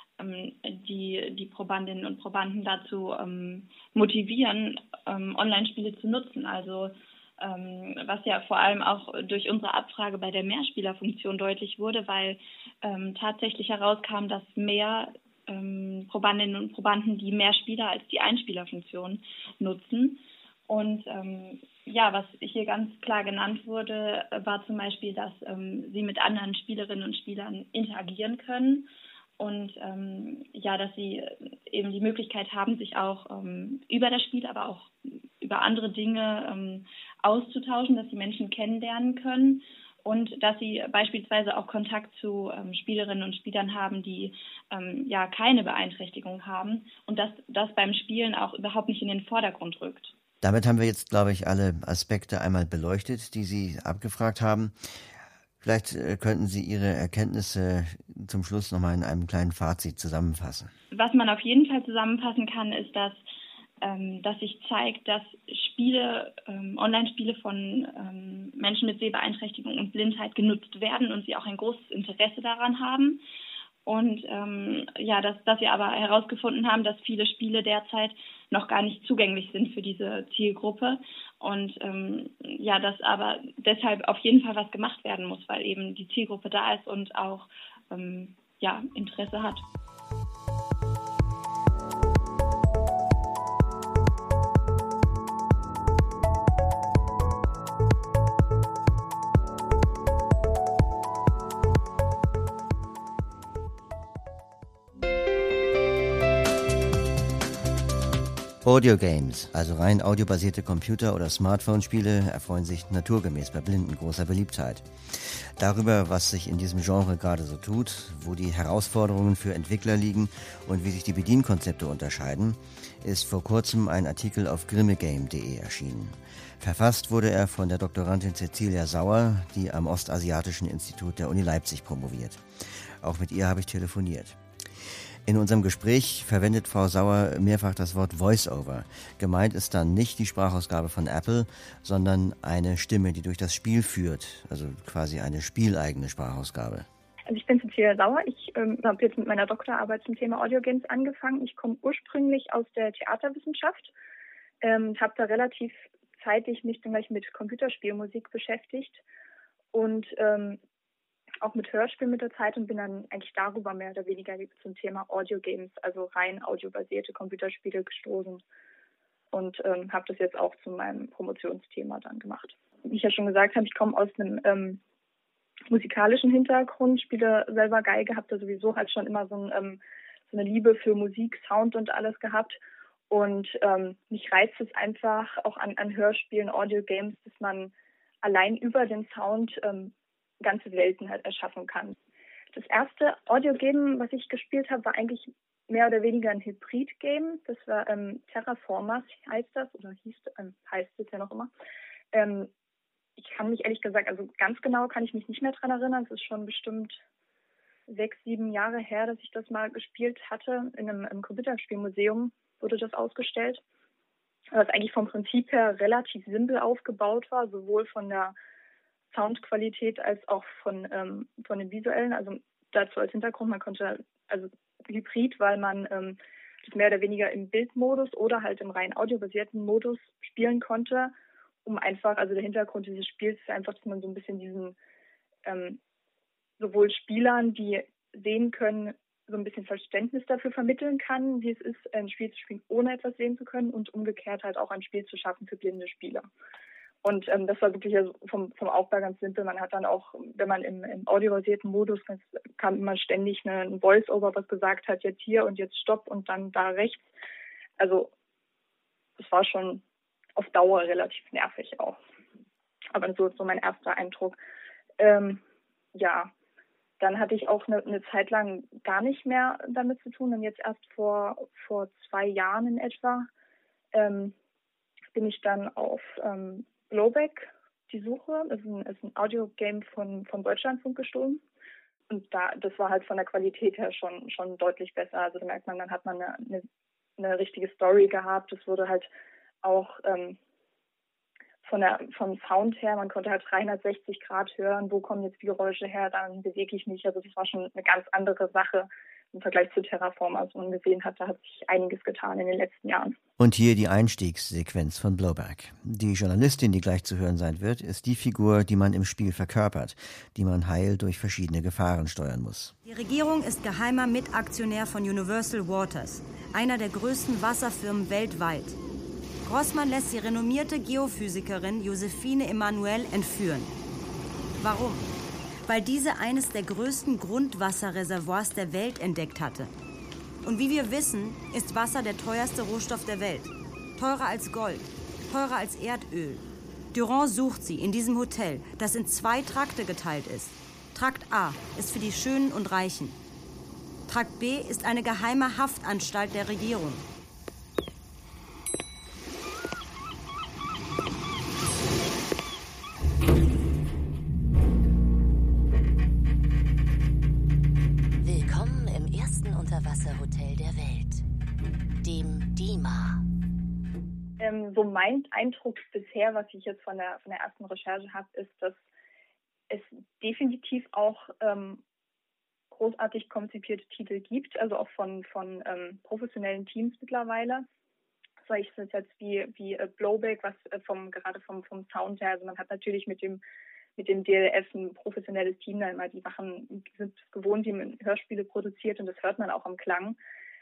die Probandinnen und Probanden dazu motivieren, Online-Spiele zu nutzen. Also was ja vor allem auch durch unsere Abfrage bei der Mehrspielerfunktion deutlich wurde, weil tatsächlich herauskam, dass mehr Probandinnen und Probanden die Mehrspieler als die Einspielerfunktion nutzen. Und was hier ganz klar genannt wurde, war zum Beispiel, dass sie mit anderen Spielerinnen und Spielern interagieren können und dass sie eben die Möglichkeit haben, sich auch über das Spiel, aber auch über andere Dinge auszutauschen, dass sie Menschen kennenlernen können und dass sie beispielsweise auch Kontakt zu Spielerinnen und Spielern haben, die keine Beeinträchtigung haben und dass das beim Spielen auch überhaupt nicht in den Vordergrund rückt. Damit haben wir jetzt, glaube ich, alle Aspekte einmal beleuchtet, die Sie abgefragt haben. Vielleicht könnten Sie Ihre Erkenntnisse zum Schluss nochmal in einem kleinen Fazit zusammenfassen. Was man auf jeden Fall zusammenfassen kann, ist, dass sich zeigt, dass Spiele, Online-Spiele von Menschen mit Sehbeeinträchtigung und Blindheit genutzt werden und sie auch ein großes Interesse daran haben. Und dass wir aber herausgefunden haben, dass viele Spiele derzeit noch gar nicht zugänglich sind für diese Zielgruppe und dass aber deshalb auf jeden Fall was gemacht werden muss, weil eben die Zielgruppe da ist und auch Interesse hat. Audio-Games, also rein audiobasierte Computer- oder Smartphone-Spiele, erfreuen sich naturgemäß bei Blinden großer Beliebtheit. Darüber, was sich in diesem Genre gerade so tut, wo die Herausforderungen für Entwickler liegen und wie sich die Bedienkonzepte unterscheiden, ist vor kurzem ein Artikel auf grimmegame.de erschienen. Verfasst wurde er von der Doktorandin Cecilia Sauer, die am Ostasiatischen Institut der Uni Leipzig promoviert. Auch mit ihr habe ich telefoniert. In unserem Gespräch verwendet Frau Sauer mehrfach das Wort Voice-Over. Gemeint ist dann nicht die Sprachausgabe von Apple, sondern eine Stimme, die durch das Spiel führt, also quasi eine spieleigene Sprachausgabe. Also ich bin Cecilia Sauer. Ich habe jetzt mit meiner Doktorarbeit zum Thema Audiogames angefangen. Ich komme ursprünglich aus der Theaterwissenschaft, habe da relativ zeitig mich dann gleich mit Computerspielmusik beschäftigt und auch mit Hörspielen mit der Zeit und bin dann eigentlich darüber mehr oder weniger zum Thema Audio-Games, also rein audiobasierte Computerspiele gestoßen und habe das jetzt auch zu meinem Promotionsthema dann gemacht. Wie ich ja schon gesagt habe, ich komme aus einem musikalischen Hintergrund, spiele selber Geige, habe da sowieso halt schon immer so eine Liebe für Musik, Sound und alles gehabt und mich reizt es einfach auch an Hörspielen, Audio-Games, dass man allein über den Sound ganze Welten halt erschaffen kann. Das erste Audio-Game, was ich gespielt habe, war eigentlich mehr oder weniger ein Hybrid-Game. Das war Terraformers heißt das, oder heißt es ja noch immer. Ich kann mich ehrlich gesagt, also ganz genau kann ich mich nicht mehr dran erinnern. Es ist schon bestimmt 6-7 Jahre her, dass ich das mal gespielt hatte. In einem Computerspielmuseum wurde das ausgestellt. Was eigentlich vom Prinzip her relativ simpel aufgebaut war, sowohl von der Soundqualität als auch von den visuellen, also dazu als Hintergrund, man konnte, also Hybrid, weil man das mehr oder weniger im Bildmodus oder halt im rein audiobasierten Modus spielen konnte, um einfach, also der Hintergrund dieses Spiels ist einfach, dass man so ein bisschen diesen sowohl Spielern, die sehen können, so ein bisschen Verständnis dafür vermitteln kann, wie es ist, ein Spiel zu spielen, ohne etwas sehen zu können und umgekehrt halt auch ein Spiel zu schaffen für blinde Spieler. Und das war wirklich also vom Aufbau ganz simpel. Man hat dann auch, wenn man im audiobasierten Modus, kam immer ständig ein Voice-Over, was gesagt hat, jetzt hier und jetzt Stopp und dann da rechts. Also das war schon auf Dauer relativ nervig auch. Aber so mein erster Eindruck. Dann hatte ich auch eine Zeit lang gar nicht mehr damit zu tun. Und jetzt erst vor 2 Jahren in etwa bin ich dann auf Blowback, die Suche, ist ein Audio-Game von Deutschlandfunk gestohlen. Und das war halt von der Qualität her schon deutlich besser. Also da merkt man, dann hat man eine richtige Story gehabt. Es wurde halt auch vom Sound her, man konnte halt 360 Grad hören, wo kommen jetzt die Geräusche her, dann bewege ich mich. Also das war schon eine ganz andere Sache im Vergleich zu Terraformers, wo man gesehen hat, da hat sich einiges getan in den letzten Jahren. Und hier die Einstiegssequenz von Blowback. Die Journalistin, die gleich zu hören sein wird, ist die Figur, die man im Spiel verkörpert, die man heil durch verschiedene Gefahren steuern muss. Die Regierung ist geheimer Mitaktionär von Universal Waters, einer der größten Wasserfirmen weltweit. Grossmann lässt die renommierte Geophysikerin Josephine Emanuel entführen. Warum? weil diese eines der größten Grundwasserreservoirs der Welt entdeckt hatte. Und wie wir wissen, ist Wasser der teuerste Rohstoff der Welt. Teurer als Gold, teurer als Erdöl. Durand sucht sie in diesem Hotel, das in 2 Trakte geteilt ist. Trakt A ist für die Schönen und Reichen. Trakt B ist eine geheime Haftanstalt der Regierung. Willkommen im ersten Unterwasserhotel der Welt, dem DIMA. So mein Eindruck bisher, was ich jetzt von der ersten Recherche habe, ist, dass es definitiv auch großartig konzipierte Titel gibt, also auch von professionellen Teams mittlerweile. Sei es jetzt wie Blowback, was gerade vom Sound her, also man hat natürlich mit dem DLF ein professionelles Team, da immer die sind gewohnt, die Hörspiele produziert und das hört man auch am Klang.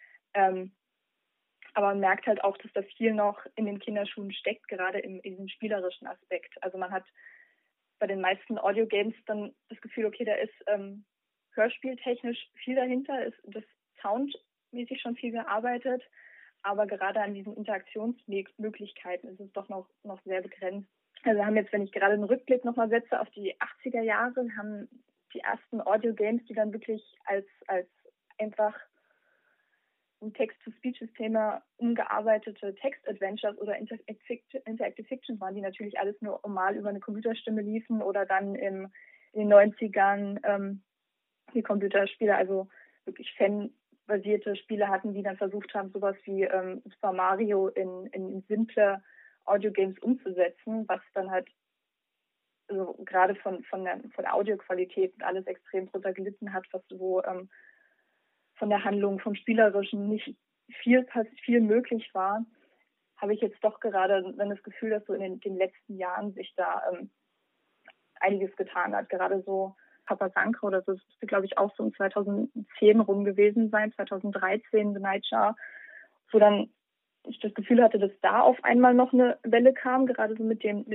Aber man merkt halt auch, dass da viel noch in den Kinderschuhen steckt, gerade in diesem spielerischen Aspekt. Also man hat bei den meisten Audio-Games dann das Gefühl, okay, da ist hörspieltechnisch viel dahinter, ist das soundmäßig schon viel gearbeitet, aber gerade an diesen Interaktionsmöglichkeiten ist es doch noch sehr begrenzt. Also wir haben jetzt, wenn ich gerade einen Rückblick nochmal setze auf die 80er Jahre, haben die ersten Audio-Games, die dann wirklich als einfach Text-to-Speech-Systeme umgearbeitete Text-Adventures oder Interactive Fiction waren, die natürlich alles nur normal über eine Computerstimme liefen oder dann in den 90ern die Computerspiele, also wirklich fanbasierte Spiele hatten, die dann versucht haben, sowas wie Super Mario in simple Audiogames umzusetzen, was dann halt also gerade von der Audioqualität und alles extrem drunter gelitten hat, wo von der Handlung, vom Spielerischen nicht viel möglich war, habe ich jetzt doch gerade dann das Gefühl, dass so in den letzten Jahren sich da einiges getan hat. Gerade so Papa Sankra, oder das müsste, glaube ich, auch so um 2010 rum gewesen sein, 2013, The Nightjar, wo dann ich das Gefühl hatte, dass da auf einmal noch eine Welle kam, gerade so mit den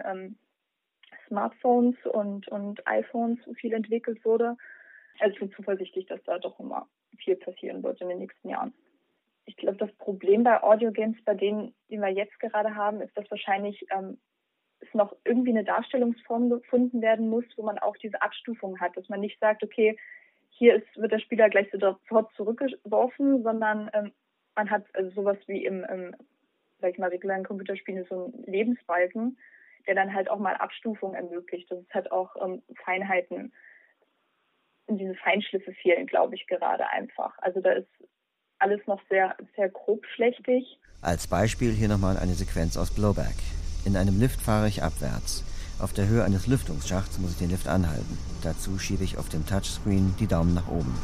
Smartphones und iPhones viel entwickelt wurde. Also ich bin zuversichtlich, dass da doch immer viel passieren wird in den nächsten Jahren. Ich glaube, das Problem bei Audiogames, bei denen, die wir jetzt gerade haben, ist, dass wahrscheinlich es noch irgendwie eine Darstellungsform gefunden werden muss, wo man auch diese Abstufung hat, dass man nicht sagt, okay, wird der Spieler gleich sofort zurückgeworfen, sondern man hat also sowas wie im sag ich mal, regulären Computerspielen so einen Lebensbalken, der dann halt auch mal Abstufung ermöglicht. Das ist halt auch Feinheiten. Und diese Feinschliffe fehlen, glaube ich, gerade einfach. Also da ist alles noch sehr, sehr grobschlächtig. Als Beispiel hier nochmal eine Sequenz aus Blowback. In einem Lift fahre ich abwärts. Auf der Höhe eines Lüftungsschachts muss ich den Lift anhalten. Dazu schiebe ich auf dem Touchscreen die Daumen nach oben.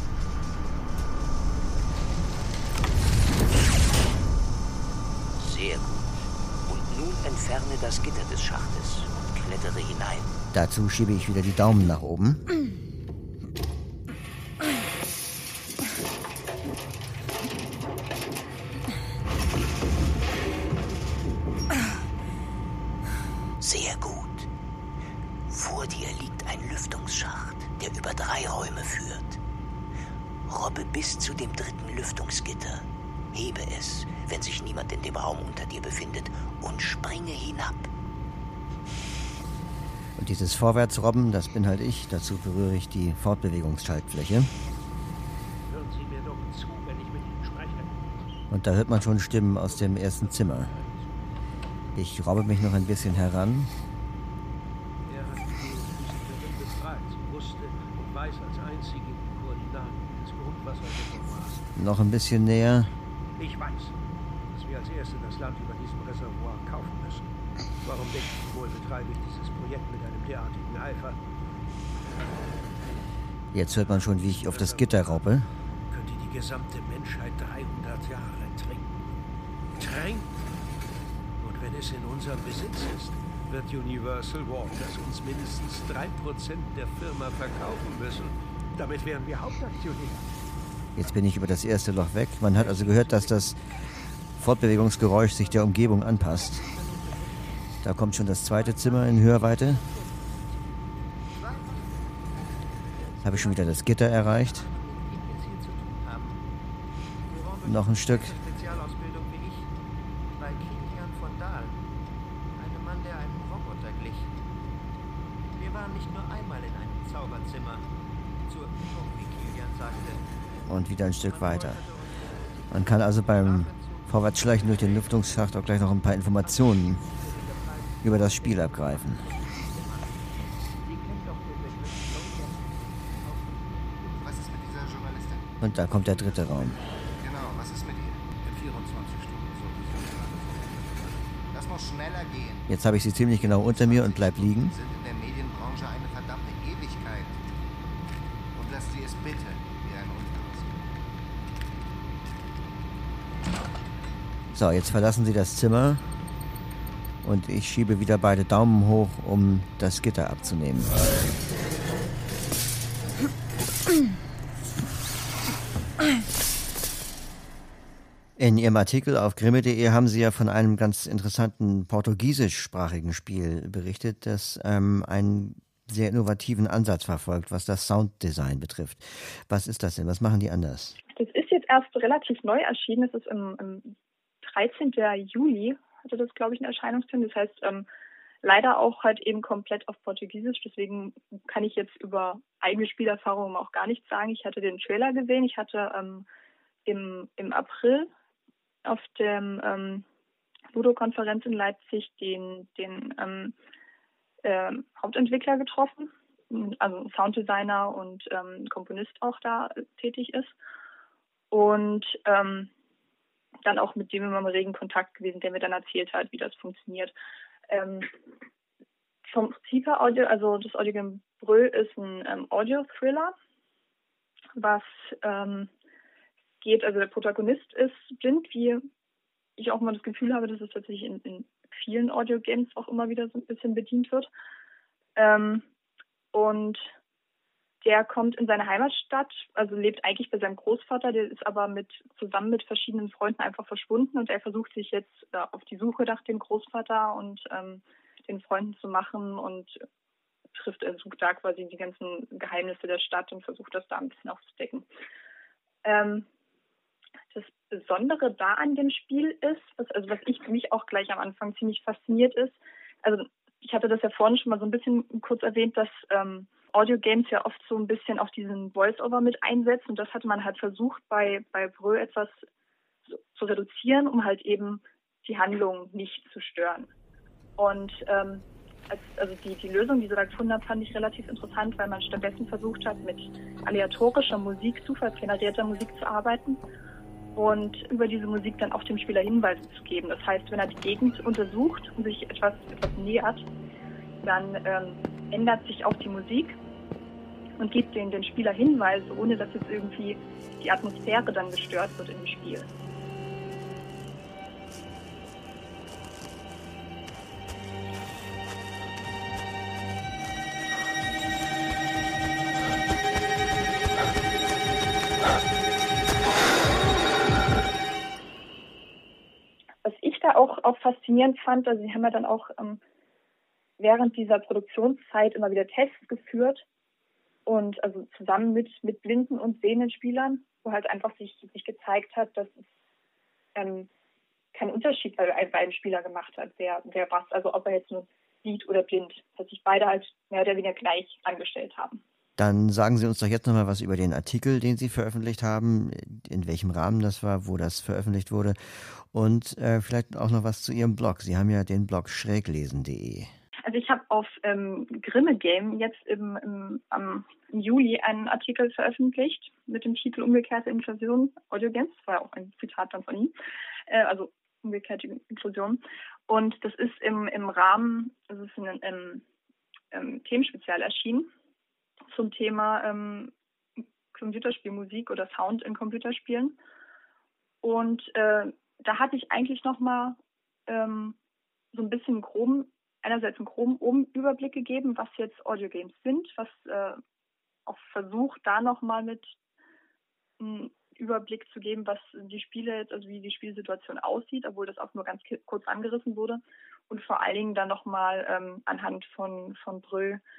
Sehr gut. Und nun entferne das Gitter des Schachtes und klettere hinein. Dazu schiebe ich wieder die Daumen nach oben. Sehr gut. Vor dir liegt ein Lüftungsschacht, der über 3 Räume führt. Robbe bis zu dem 3. Lüftungsgitter. Hebe es, wenn sich niemand in dem Raum unter dir befindet, und springe hinab. Und dieses Vorwärtsrobben, das bin halt ich. Dazu berühre ich die Fortbewegungsschaltfläche. Hören Sie mir doch zu, wenn ich mit Ihnen spreche. Und da hört man schon Stimmen aus dem ersten Zimmer. Ich robbe mich noch ein bisschen heran. Er hat die Füße befreit, wusste und weiß als einzige die Koordinaten des Grundwasserreservoirs. Noch ein bisschen näher. Ich weiß, dass wir als Erste das Land über diesem Reservoir kaufen müssen. Warum denken Sie wohl, betreibe ich dieses Projekt mit einem derartigen Eifer? Jetzt hört man schon, wie ich auf das Gitter robbe. Könnte die gesamte Menschheit 300 Jahre trinken. Trinken? Und wenn es in unserem Besitz ist, wird Universal Waters uns mindestens 3% der Firma verkaufen müssen. Damit wären wir Hauptaktionär. Jetzt bin ich über das erste Loch weg. Man hat also gehört, dass das Fortbewegungsgeräusch sich der Umgebung anpasst. Da kommt schon das zweite Zimmer in Hörweite. habe ich schon wieder das Gitter erreicht. Noch ein Stück. Spezialausbildung wie ich, bei Kilian von Dahl, einem Mann, der einem Roboter glich. Wir waren nicht nur einmal in einem Zauberzimmer, zur Übung, wie Kilian sagte. Und wieder ein Stück weiter. Man kann also beim Vorwärtsschleichen durch den Lüftungsschacht auch gleich noch ein paar Informationen über das Spiel abgreifen. Was ist mit dieser Journalistin? Und da kommt der dritte Raum. Genau, was ist mit ihr? In 24 Stunden sollte sie. Das muss schneller gehen. Jetzt habe ich sie ziemlich genau unter mir und bleib liegen. Sind in der Medienbranche eine verdammte Ewigkeit. Und lasst sie es bitte wie ein Unfall aussehen. So, jetzt verlassen Sie das Zimmer und ich schiebe wieder beide Daumen hoch, um das Gitter abzunehmen. In Ihrem Artikel auf grimme.de haben Sie ja von einem ganz interessanten portugiesischsprachigen Spiel berichtet, das einen sehr innovativen Ansatz verfolgt, was das Sounddesign betrifft. Was ist das denn? Was machen die anders? Das ist jetzt erst relativ neu erschienen. Es ist im 13. Juli hatte das, glaube ich, einen Erscheinungstermin. Das heißt, leider auch halt eben komplett auf Portugiesisch. Deswegen kann ich jetzt über eigene Spielerfahrungen auch gar nichts sagen. Ich hatte den Trailer gesehen. Ich hatte im April auf der Ludo-Konferenz in Leipzig den Hauptentwickler getroffen, also ein Sounddesigner und Komponist auch da tätig ist. Und dann auch mit dem immer im regen Kontakt gewesen, der mir dann erzählt hat, wie das funktioniert. Vom Prinzip her Audio, also das Audiogame Brö ist ein Audio-Thriller, was geht, also der Protagonist ist blind, wie ich auch mal das Gefühl habe, dass es tatsächlich in vielen Audio-Games auch immer wieder so ein bisschen bedient wird. Und der kommt in seine Heimatstadt, also lebt eigentlich bei seinem Großvater, der ist aber zusammen mit verschiedenen Freunden einfach verschwunden und er versucht sich jetzt auf die Suche nach dem Großvater und den Freunden zu machen und sucht da quasi die ganzen Geheimnisse der Stadt und versucht das da ein bisschen aufzudecken. Das Besondere da an dem Spiel ist, was mich auch gleich am Anfang ziemlich fasziniert ist, also ich hatte das ja vorhin schon mal so ein bisschen kurz erwähnt, dass Audio-Games ja oft so ein bisschen auch diesen Voice-Over mit einsetzen und das hatte man halt versucht bei Brö etwas zu reduzieren, um halt eben die Handlung nicht zu stören. Und die Lösung, die sie da gefunden haben, fand ich relativ interessant, weil man stattdessen versucht hat, mit aleatorischer Musik, zufallsgenerierter Musik zu arbeiten und über diese Musik dann auch dem Spieler Hinweise zu geben. Das heißt, wenn er die Gegend untersucht und sich etwas nähert, dann ändert sich auch die Musik und gibt den Spieler Hinweise, ohne dass jetzt irgendwie die Atmosphäre dann gestört wird im Spiel. Was ich da auch faszinierend fand, also sie haben ja dann auch während dieser Produktionszeit immer wieder Tests geführt und also zusammen mit blinden und sehenden Spielern, wo halt einfach sich gezeigt hat, dass es keinen Unterschied bei einem Spieler gemacht hat, wer was, also ob er jetzt nur sieht oder blind, dass sich beide halt mehr oder weniger gleich angestellt haben. Dann sagen Sie uns doch jetzt nochmal was über den Artikel, den Sie veröffentlicht haben, in welchem Rahmen das war, wo das veröffentlicht wurde und vielleicht auch noch was zu Ihrem Blog. Sie haben ja den Blog schräglesen.de. Also ich habe auf Grimme Game jetzt im Juli einen Artikel veröffentlicht mit dem Titel Umgekehrte Inklusion Audiogames. Das war ja auch ein Zitat dann von ihm. Also umgekehrte Inklusion. Und das ist im Rahmen, also es ist in einem Themenspezial erschienen zum Thema Computerspielmusik oder Sound in Computerspielen. Und da hatte ich eigentlich nochmal so ein bisschen einerseits einen groben Überblick gegeben, was jetzt Audiogames sind, was auch versucht, da nochmal mit einen Überblick zu geben, was die Spiele jetzt, also wie die Spielsituation aussieht, obwohl das auch nur ganz kurz angerissen wurde. Und vor allen Dingen dann nochmal anhand von Brö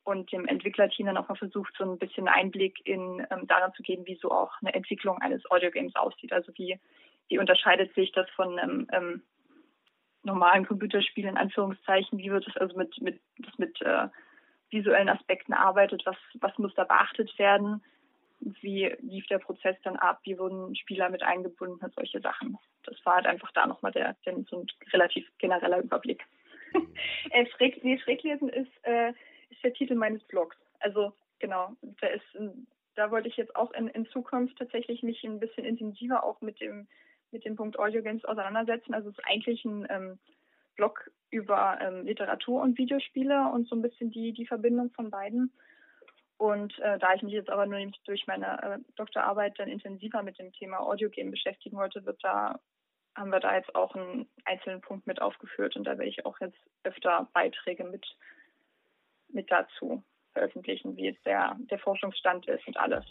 und dem Entwicklerteam dann auch mal versucht, so ein bisschen Einblick in daran zu geben, wie so auch eine Entwicklung eines Audiogames aussieht. Also wie unterscheidet sich das von einem normalen Computerspiel in Anführungszeichen, wie wird es also mit visuellen Aspekten arbeitet, was muss da beachtet werden, wie lief der Prozess dann ab, wie wurden Spieler mit eingebunden und solche Sachen. Das war halt einfach da nochmal so ein relativ genereller Überblick. Schräglesen ist der Titel meines Blogs. Also genau, da wollte ich jetzt auch in Zukunft tatsächlich mich ein bisschen intensiver auch mit dem Punkt Audiogames auseinandersetzen. Also es ist eigentlich ein Blog über Literatur und Videospiele und so ein bisschen die Verbindung von beiden. Und da ich mich jetzt aber nur durch meine Doktorarbeit dann intensiver mit dem Thema Audiogame beschäftigen wollte, haben wir da jetzt auch einen einzelnen Punkt mit aufgeführt und da werde ich auch jetzt öfter Beiträge mit dazu veröffentlichen, wie jetzt der Forschungsstand ist und alles.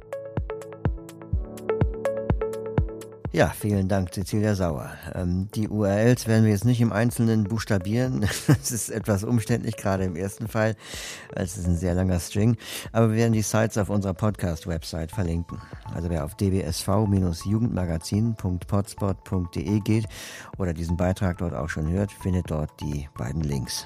Ja, vielen Dank, Cecilia Sauer. Die URLs werden wir jetzt nicht im Einzelnen buchstabieren. Das ist etwas umständlich, gerade im ersten Fall. Es ist ein sehr langer String. Aber wir werden die Sites auf unserer Podcast-Website verlinken. Also wer auf dbsv-jugendmagazin.potspot.de geht oder diesen Beitrag dort auch schon hört, findet dort die beiden Links.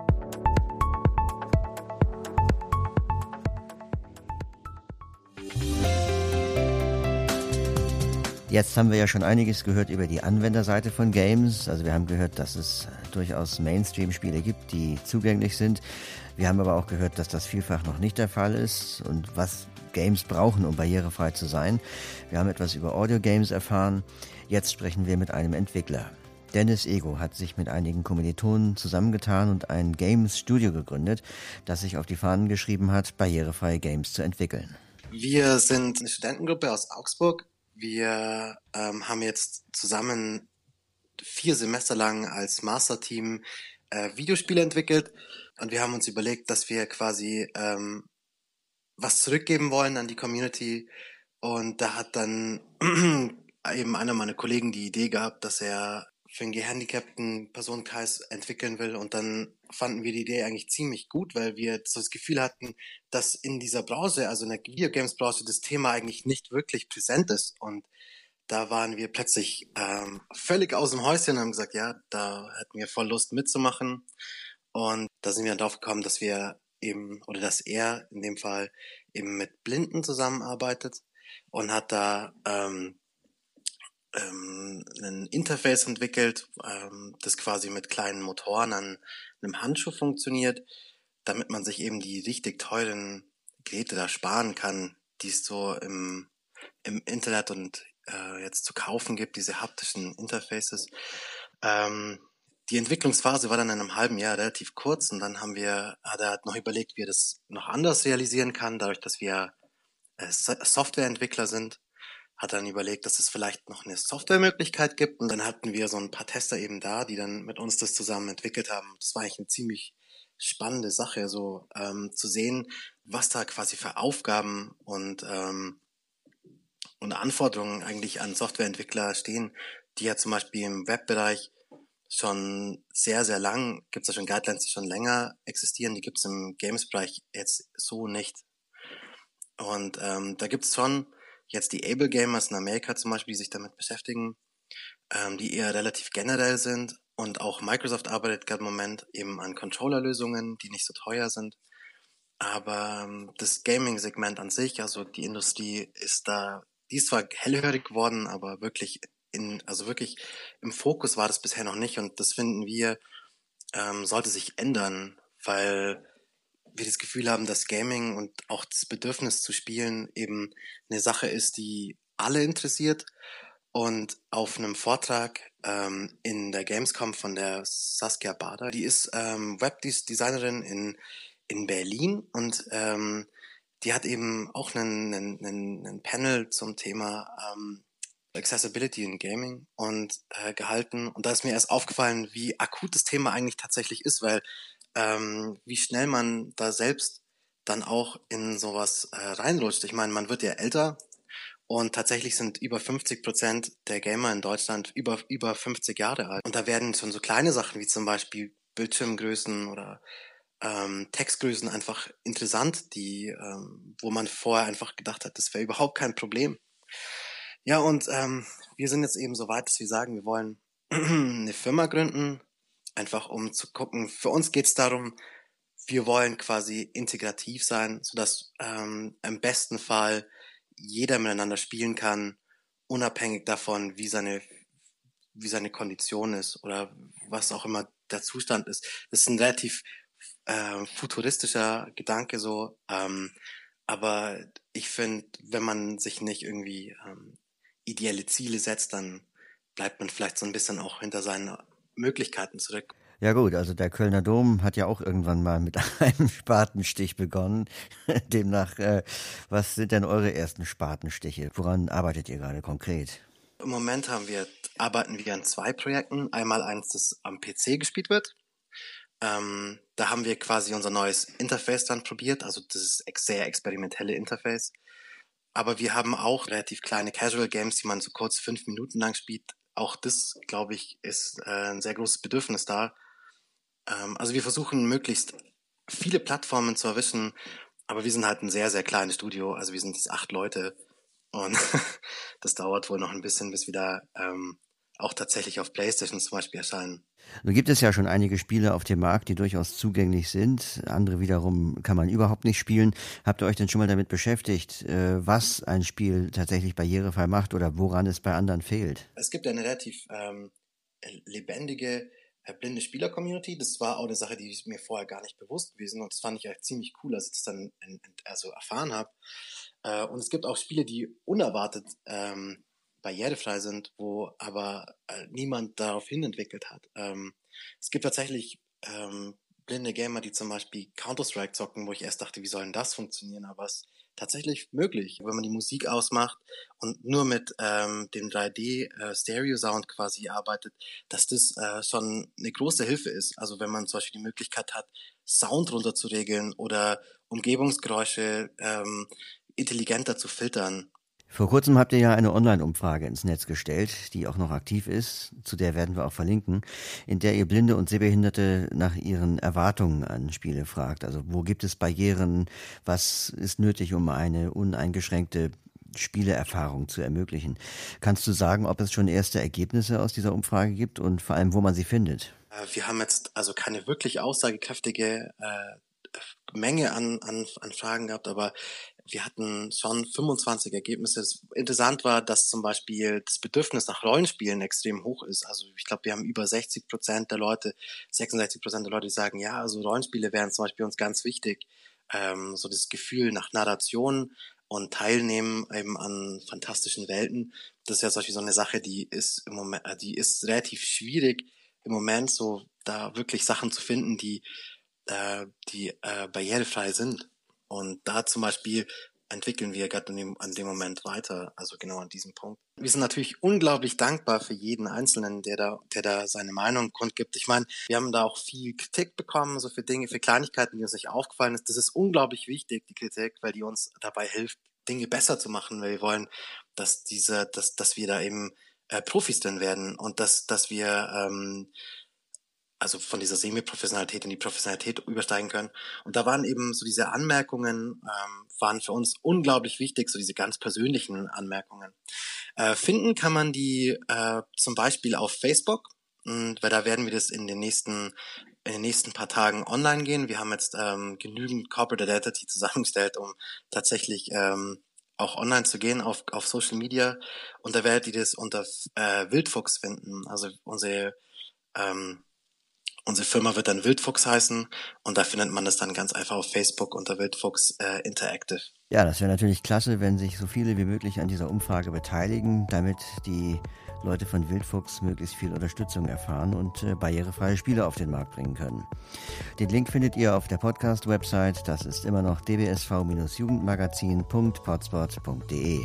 Jetzt haben wir ja schon einiges gehört über die Anwenderseite von Games. Also wir haben gehört, dass es durchaus Mainstream-Spiele gibt, die zugänglich sind. Wir haben aber auch gehört, dass das vielfach noch nicht der Fall ist und was Games brauchen, um barrierefrei zu sein. Wir haben etwas über Audio-Games erfahren. Jetzt sprechen wir mit einem Entwickler. Dennis Ego hat sich mit einigen Kommilitonen zusammengetan und ein Games-Studio gegründet, das sich auf die Fahnen geschrieben hat, barrierefreie Games zu entwickeln. Wir sind eine Studentengruppe aus Augsburg. Wir haben jetzt zusammen 4 Semester lang als Masterteam Videospiele entwickelt und wir haben uns überlegt, dass wir quasi was zurückgeben wollen an die Community und da hat dann eben einer meiner Kollegen die Idee gehabt, dass er für einen gehandicapten Personenkreis entwickeln will und dann fanden wir die Idee eigentlich ziemlich gut, weil wir so das Gefühl hatten, dass in dieser Branche, also in der Videogames-Branche, das Thema eigentlich nicht wirklich präsent ist und da waren wir plötzlich völlig aus dem Häuschen und haben gesagt, ja, da hätten wir voll Lust mitzumachen und da sind wir dann drauf gekommen, dass wir eben, oder dass er in dem Fall eben mit Blinden zusammenarbeitet und hat da ein Interface entwickelt, das quasi mit kleinen Motoren an einem Handschuh funktioniert, damit man sich eben die richtig teuren Geräte da sparen kann, die es so im Internet und jetzt zu kaufen gibt, diese haptischen Interfaces. Die Entwicklungsphase war dann in einem halben Jahr relativ kurz und dann hat er noch überlegt, wie er das noch anders realisieren kann, dadurch, dass wir Softwareentwickler sind. Hat dann überlegt, dass es vielleicht noch eine Softwaremöglichkeit gibt und dann hatten wir so ein paar Tester eben da, die dann mit uns das zusammen entwickelt haben. Das war eigentlich eine ziemlich spannende Sache, so zu sehen, was da quasi für Aufgaben und Anforderungen eigentlich an Softwareentwickler stehen, die ja zum Beispiel im Webbereich schon sehr, sehr lang, gibt es da schon Guidelines, die schon länger existieren, die gibt es im Games-Bereich jetzt so nicht. Und da gibt es schon jetzt die Able Gamers in Amerika zum Beispiel, die sich damit beschäftigen, die eher relativ generell sind und auch Microsoft arbeitet gerade im Moment eben an Controller-Lösungen, die nicht so teuer sind. Aber das Gaming-Segment an sich, also die Industrie die ist zwar hellhörig geworden, aber wirklich im Fokus war das bisher noch nicht und das finden wir, sollte sich ändern, weil wir das Gefühl haben, dass Gaming und auch das Bedürfnis zu spielen eben eine Sache ist, die alle interessiert. Und auf einem Vortrag in der Gamescom von der Saskia Bader, die ist Webdesignerin in Berlin und die hat eben auch einen Panel zum Thema Accessibility in Gaming und gehalten. Und da ist mir erst aufgefallen, wie akut das Thema eigentlich tatsächlich ist, weil wie schnell man da selbst dann auch in sowas reinrutscht. Ich meine, man wird ja älter und tatsächlich sind über 50% der Gamer in Deutschland über 50 Jahre alt. Und da werden schon so kleine Sachen wie zum Beispiel Bildschirmgrößen oder Textgrößen einfach interessant, die, wo man vorher einfach gedacht hat, das wäre überhaupt kein Problem. Ja, und wir sind jetzt eben so weit, dass wir sagen, wir wollen eine Firma gründen, einfach um zu gucken. Für uns geht es darum, wir wollen quasi integrativ sein, sodass im besten Fall jeder miteinander spielen kann, unabhängig davon, wie seine Kondition ist oder was auch immer der Zustand ist. Das ist ein relativ futuristischer Gedanke so, aber ich finde, wenn man sich nicht irgendwie ideelle Ziele setzt, dann bleibt man vielleicht so ein bisschen auch hinter seinen Möglichkeiten zurück. Ja gut, also der Kölner Dom hat ja auch irgendwann mal mit einem Spatenstich begonnen. Demnach, was sind denn eure ersten Spatenstiche? Woran arbeitet ihr gerade konkret? Im Moment arbeiten wir an 2 Projekten. Einmal eins, das am PC gespielt wird. Da haben wir quasi unser neues Interface dann probiert, also das ist sehr experimentelle Interface. Aber wir haben auch relativ kleine Casual Games, die man so kurz 5 Minuten lang spielt. Auch das, glaube ich, ist ein sehr großes Bedürfnis da. Also wir versuchen möglichst viele Plattformen zu erwischen, aber wir sind halt ein sehr, sehr kleines Studio. Also wir sind jetzt 8 Leute und das dauert wohl noch ein bisschen, bis wir da auch tatsächlich auf PlayStation zum Beispiel erscheinen. Nun gibt es ja schon einige Spiele auf dem Markt, die durchaus zugänglich sind. Andere wiederum kann man überhaupt nicht spielen. Habt ihr euch denn schon mal damit beschäftigt, was ein Spiel tatsächlich barrierefrei macht oder woran es bei anderen fehlt? Es gibt eine relativ lebendige blinde Spieler-Community. Das war auch eine Sache, die mir vorher gar nicht bewusst gewesen und das fand ich echt ziemlich cool, als ich das dann erfahren habe. Und es gibt auch Spiele, die unerwartet barrierefrei sind, wo aber niemand darauf hin entwickelt hat. Es gibt tatsächlich blinde Gamer, die zum Beispiel Counter-Strike zocken, wo ich erst dachte, wie soll denn das funktionieren? Aber es ist tatsächlich möglich, wenn man die Musik ausmacht und nur mit dem 3D-Stereo-Sound quasi arbeitet, dass das schon eine große Hilfe ist. Also wenn man zum Beispiel die Möglichkeit hat, Sound runterzuregeln oder Umgebungsgeräusche intelligenter zu filtern. Vor kurzem habt ihr ja eine Online-Umfrage ins Netz gestellt, die auch noch aktiv ist, zu der werden wir auch verlinken, in der ihr Blinde und Sehbehinderte nach ihren Erwartungen an Spiele fragt. Also wo gibt es Barrieren, was ist nötig, um eine uneingeschränkte Spieleerfahrung zu ermöglichen? Kannst du sagen, ob es schon erste Ergebnisse aus dieser Umfrage gibt und vor allem, wo man sie findet? Wir haben jetzt also keine wirklich aussagekräftige Menge an Fragen gehabt, aber wir hatten schon 25 Ergebnisse. Interessant war, dass zum Beispiel das Bedürfnis nach Rollenspielen extrem hoch ist. Also ich glaube, wir haben über 66% der Leute, die sagen, ja, also Rollenspiele wären zum Beispiel uns ganz wichtig. So das Gefühl nach Narration und Teilnehmen eben an fantastischen Welten. Das ist ja zum Beispiel so eine Sache, die ist relativ schwierig im Moment, so da wirklich Sachen zu finden, die barrierefrei sind. Und da zum Beispiel entwickeln wir gerade an dem Moment weiter, also genau an diesem Punkt. Wir sind natürlich unglaublich dankbar für jeden Einzelnen, der da seine Meinung kundgibt. Ich meine, wir haben da auch viel Kritik bekommen, so für Dinge, für Kleinigkeiten, die uns nicht aufgefallen ist. Das ist unglaublich wichtig, die Kritik, weil die uns dabei hilft, Dinge besser zu machen, weil wir wollen, dass wir da eben Profis drin werden und dass wir also von dieser Semi-Professionalität in die Professionalität übersteigen können. Und da waren eben so diese Anmerkungen, waren für uns unglaublich wichtig, so diese ganz persönlichen Anmerkungen. Finden kann man die zum Beispiel auf Facebook, weil da werden wir das in den nächsten paar Tagen online gehen. Wir haben jetzt genügend Corporate Identity zusammengestellt, um tatsächlich auch online zu gehen auf Social Media. Und da werdet ihr das unter Wildfuchs finden. Also unsere Firma wird dann Wildfuchs heißen und da findet man das dann ganz einfach auf Facebook unter Wildfuchs Interactive. Ja, das wäre natürlich klasse, wenn sich so viele wie möglich an dieser Umfrage beteiligen, damit die Leute von Wildfuchs möglichst viel Unterstützung erfahren und barrierefreie Spiele auf den Markt bringen können. Den Link findet ihr auf der Podcast-Website. Das ist immer noch dbsv-jugendmagazin.potspot.de.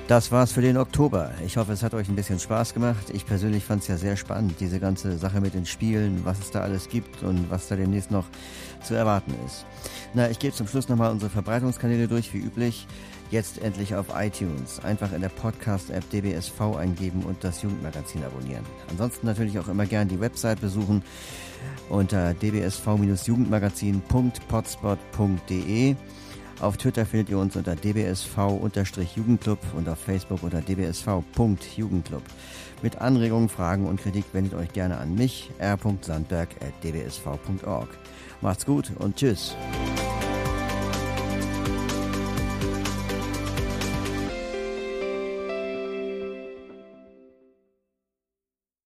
Das war's für den Oktober. Ich hoffe, es hat euch ein bisschen Spaß gemacht. Ich persönlich fand es ja sehr spannend, diese ganze Sache mit den Spielen, was es da alles gibt und was da demnächst noch zu erwarten ist. Na, ich gebe zum Schluss nochmal unsere Verbreitungskanäle durch, wie üblich. Jetzt endlich auf iTunes. Einfach in der Podcast-App DBSV eingeben und das Jugendmagazin abonnieren. Ansonsten natürlich auch immer gern die Website besuchen unter dbsv-jugendmagazin.potspot.de. Auf Twitter findet ihr uns unter dbsv-jugendclub und auf Facebook unter dbsv.jugendclub. Mit Anregungen, Fragen und Kritik wendet euch gerne an mich, r.sandberg@dbsv.org. Macht's gut und tschüss.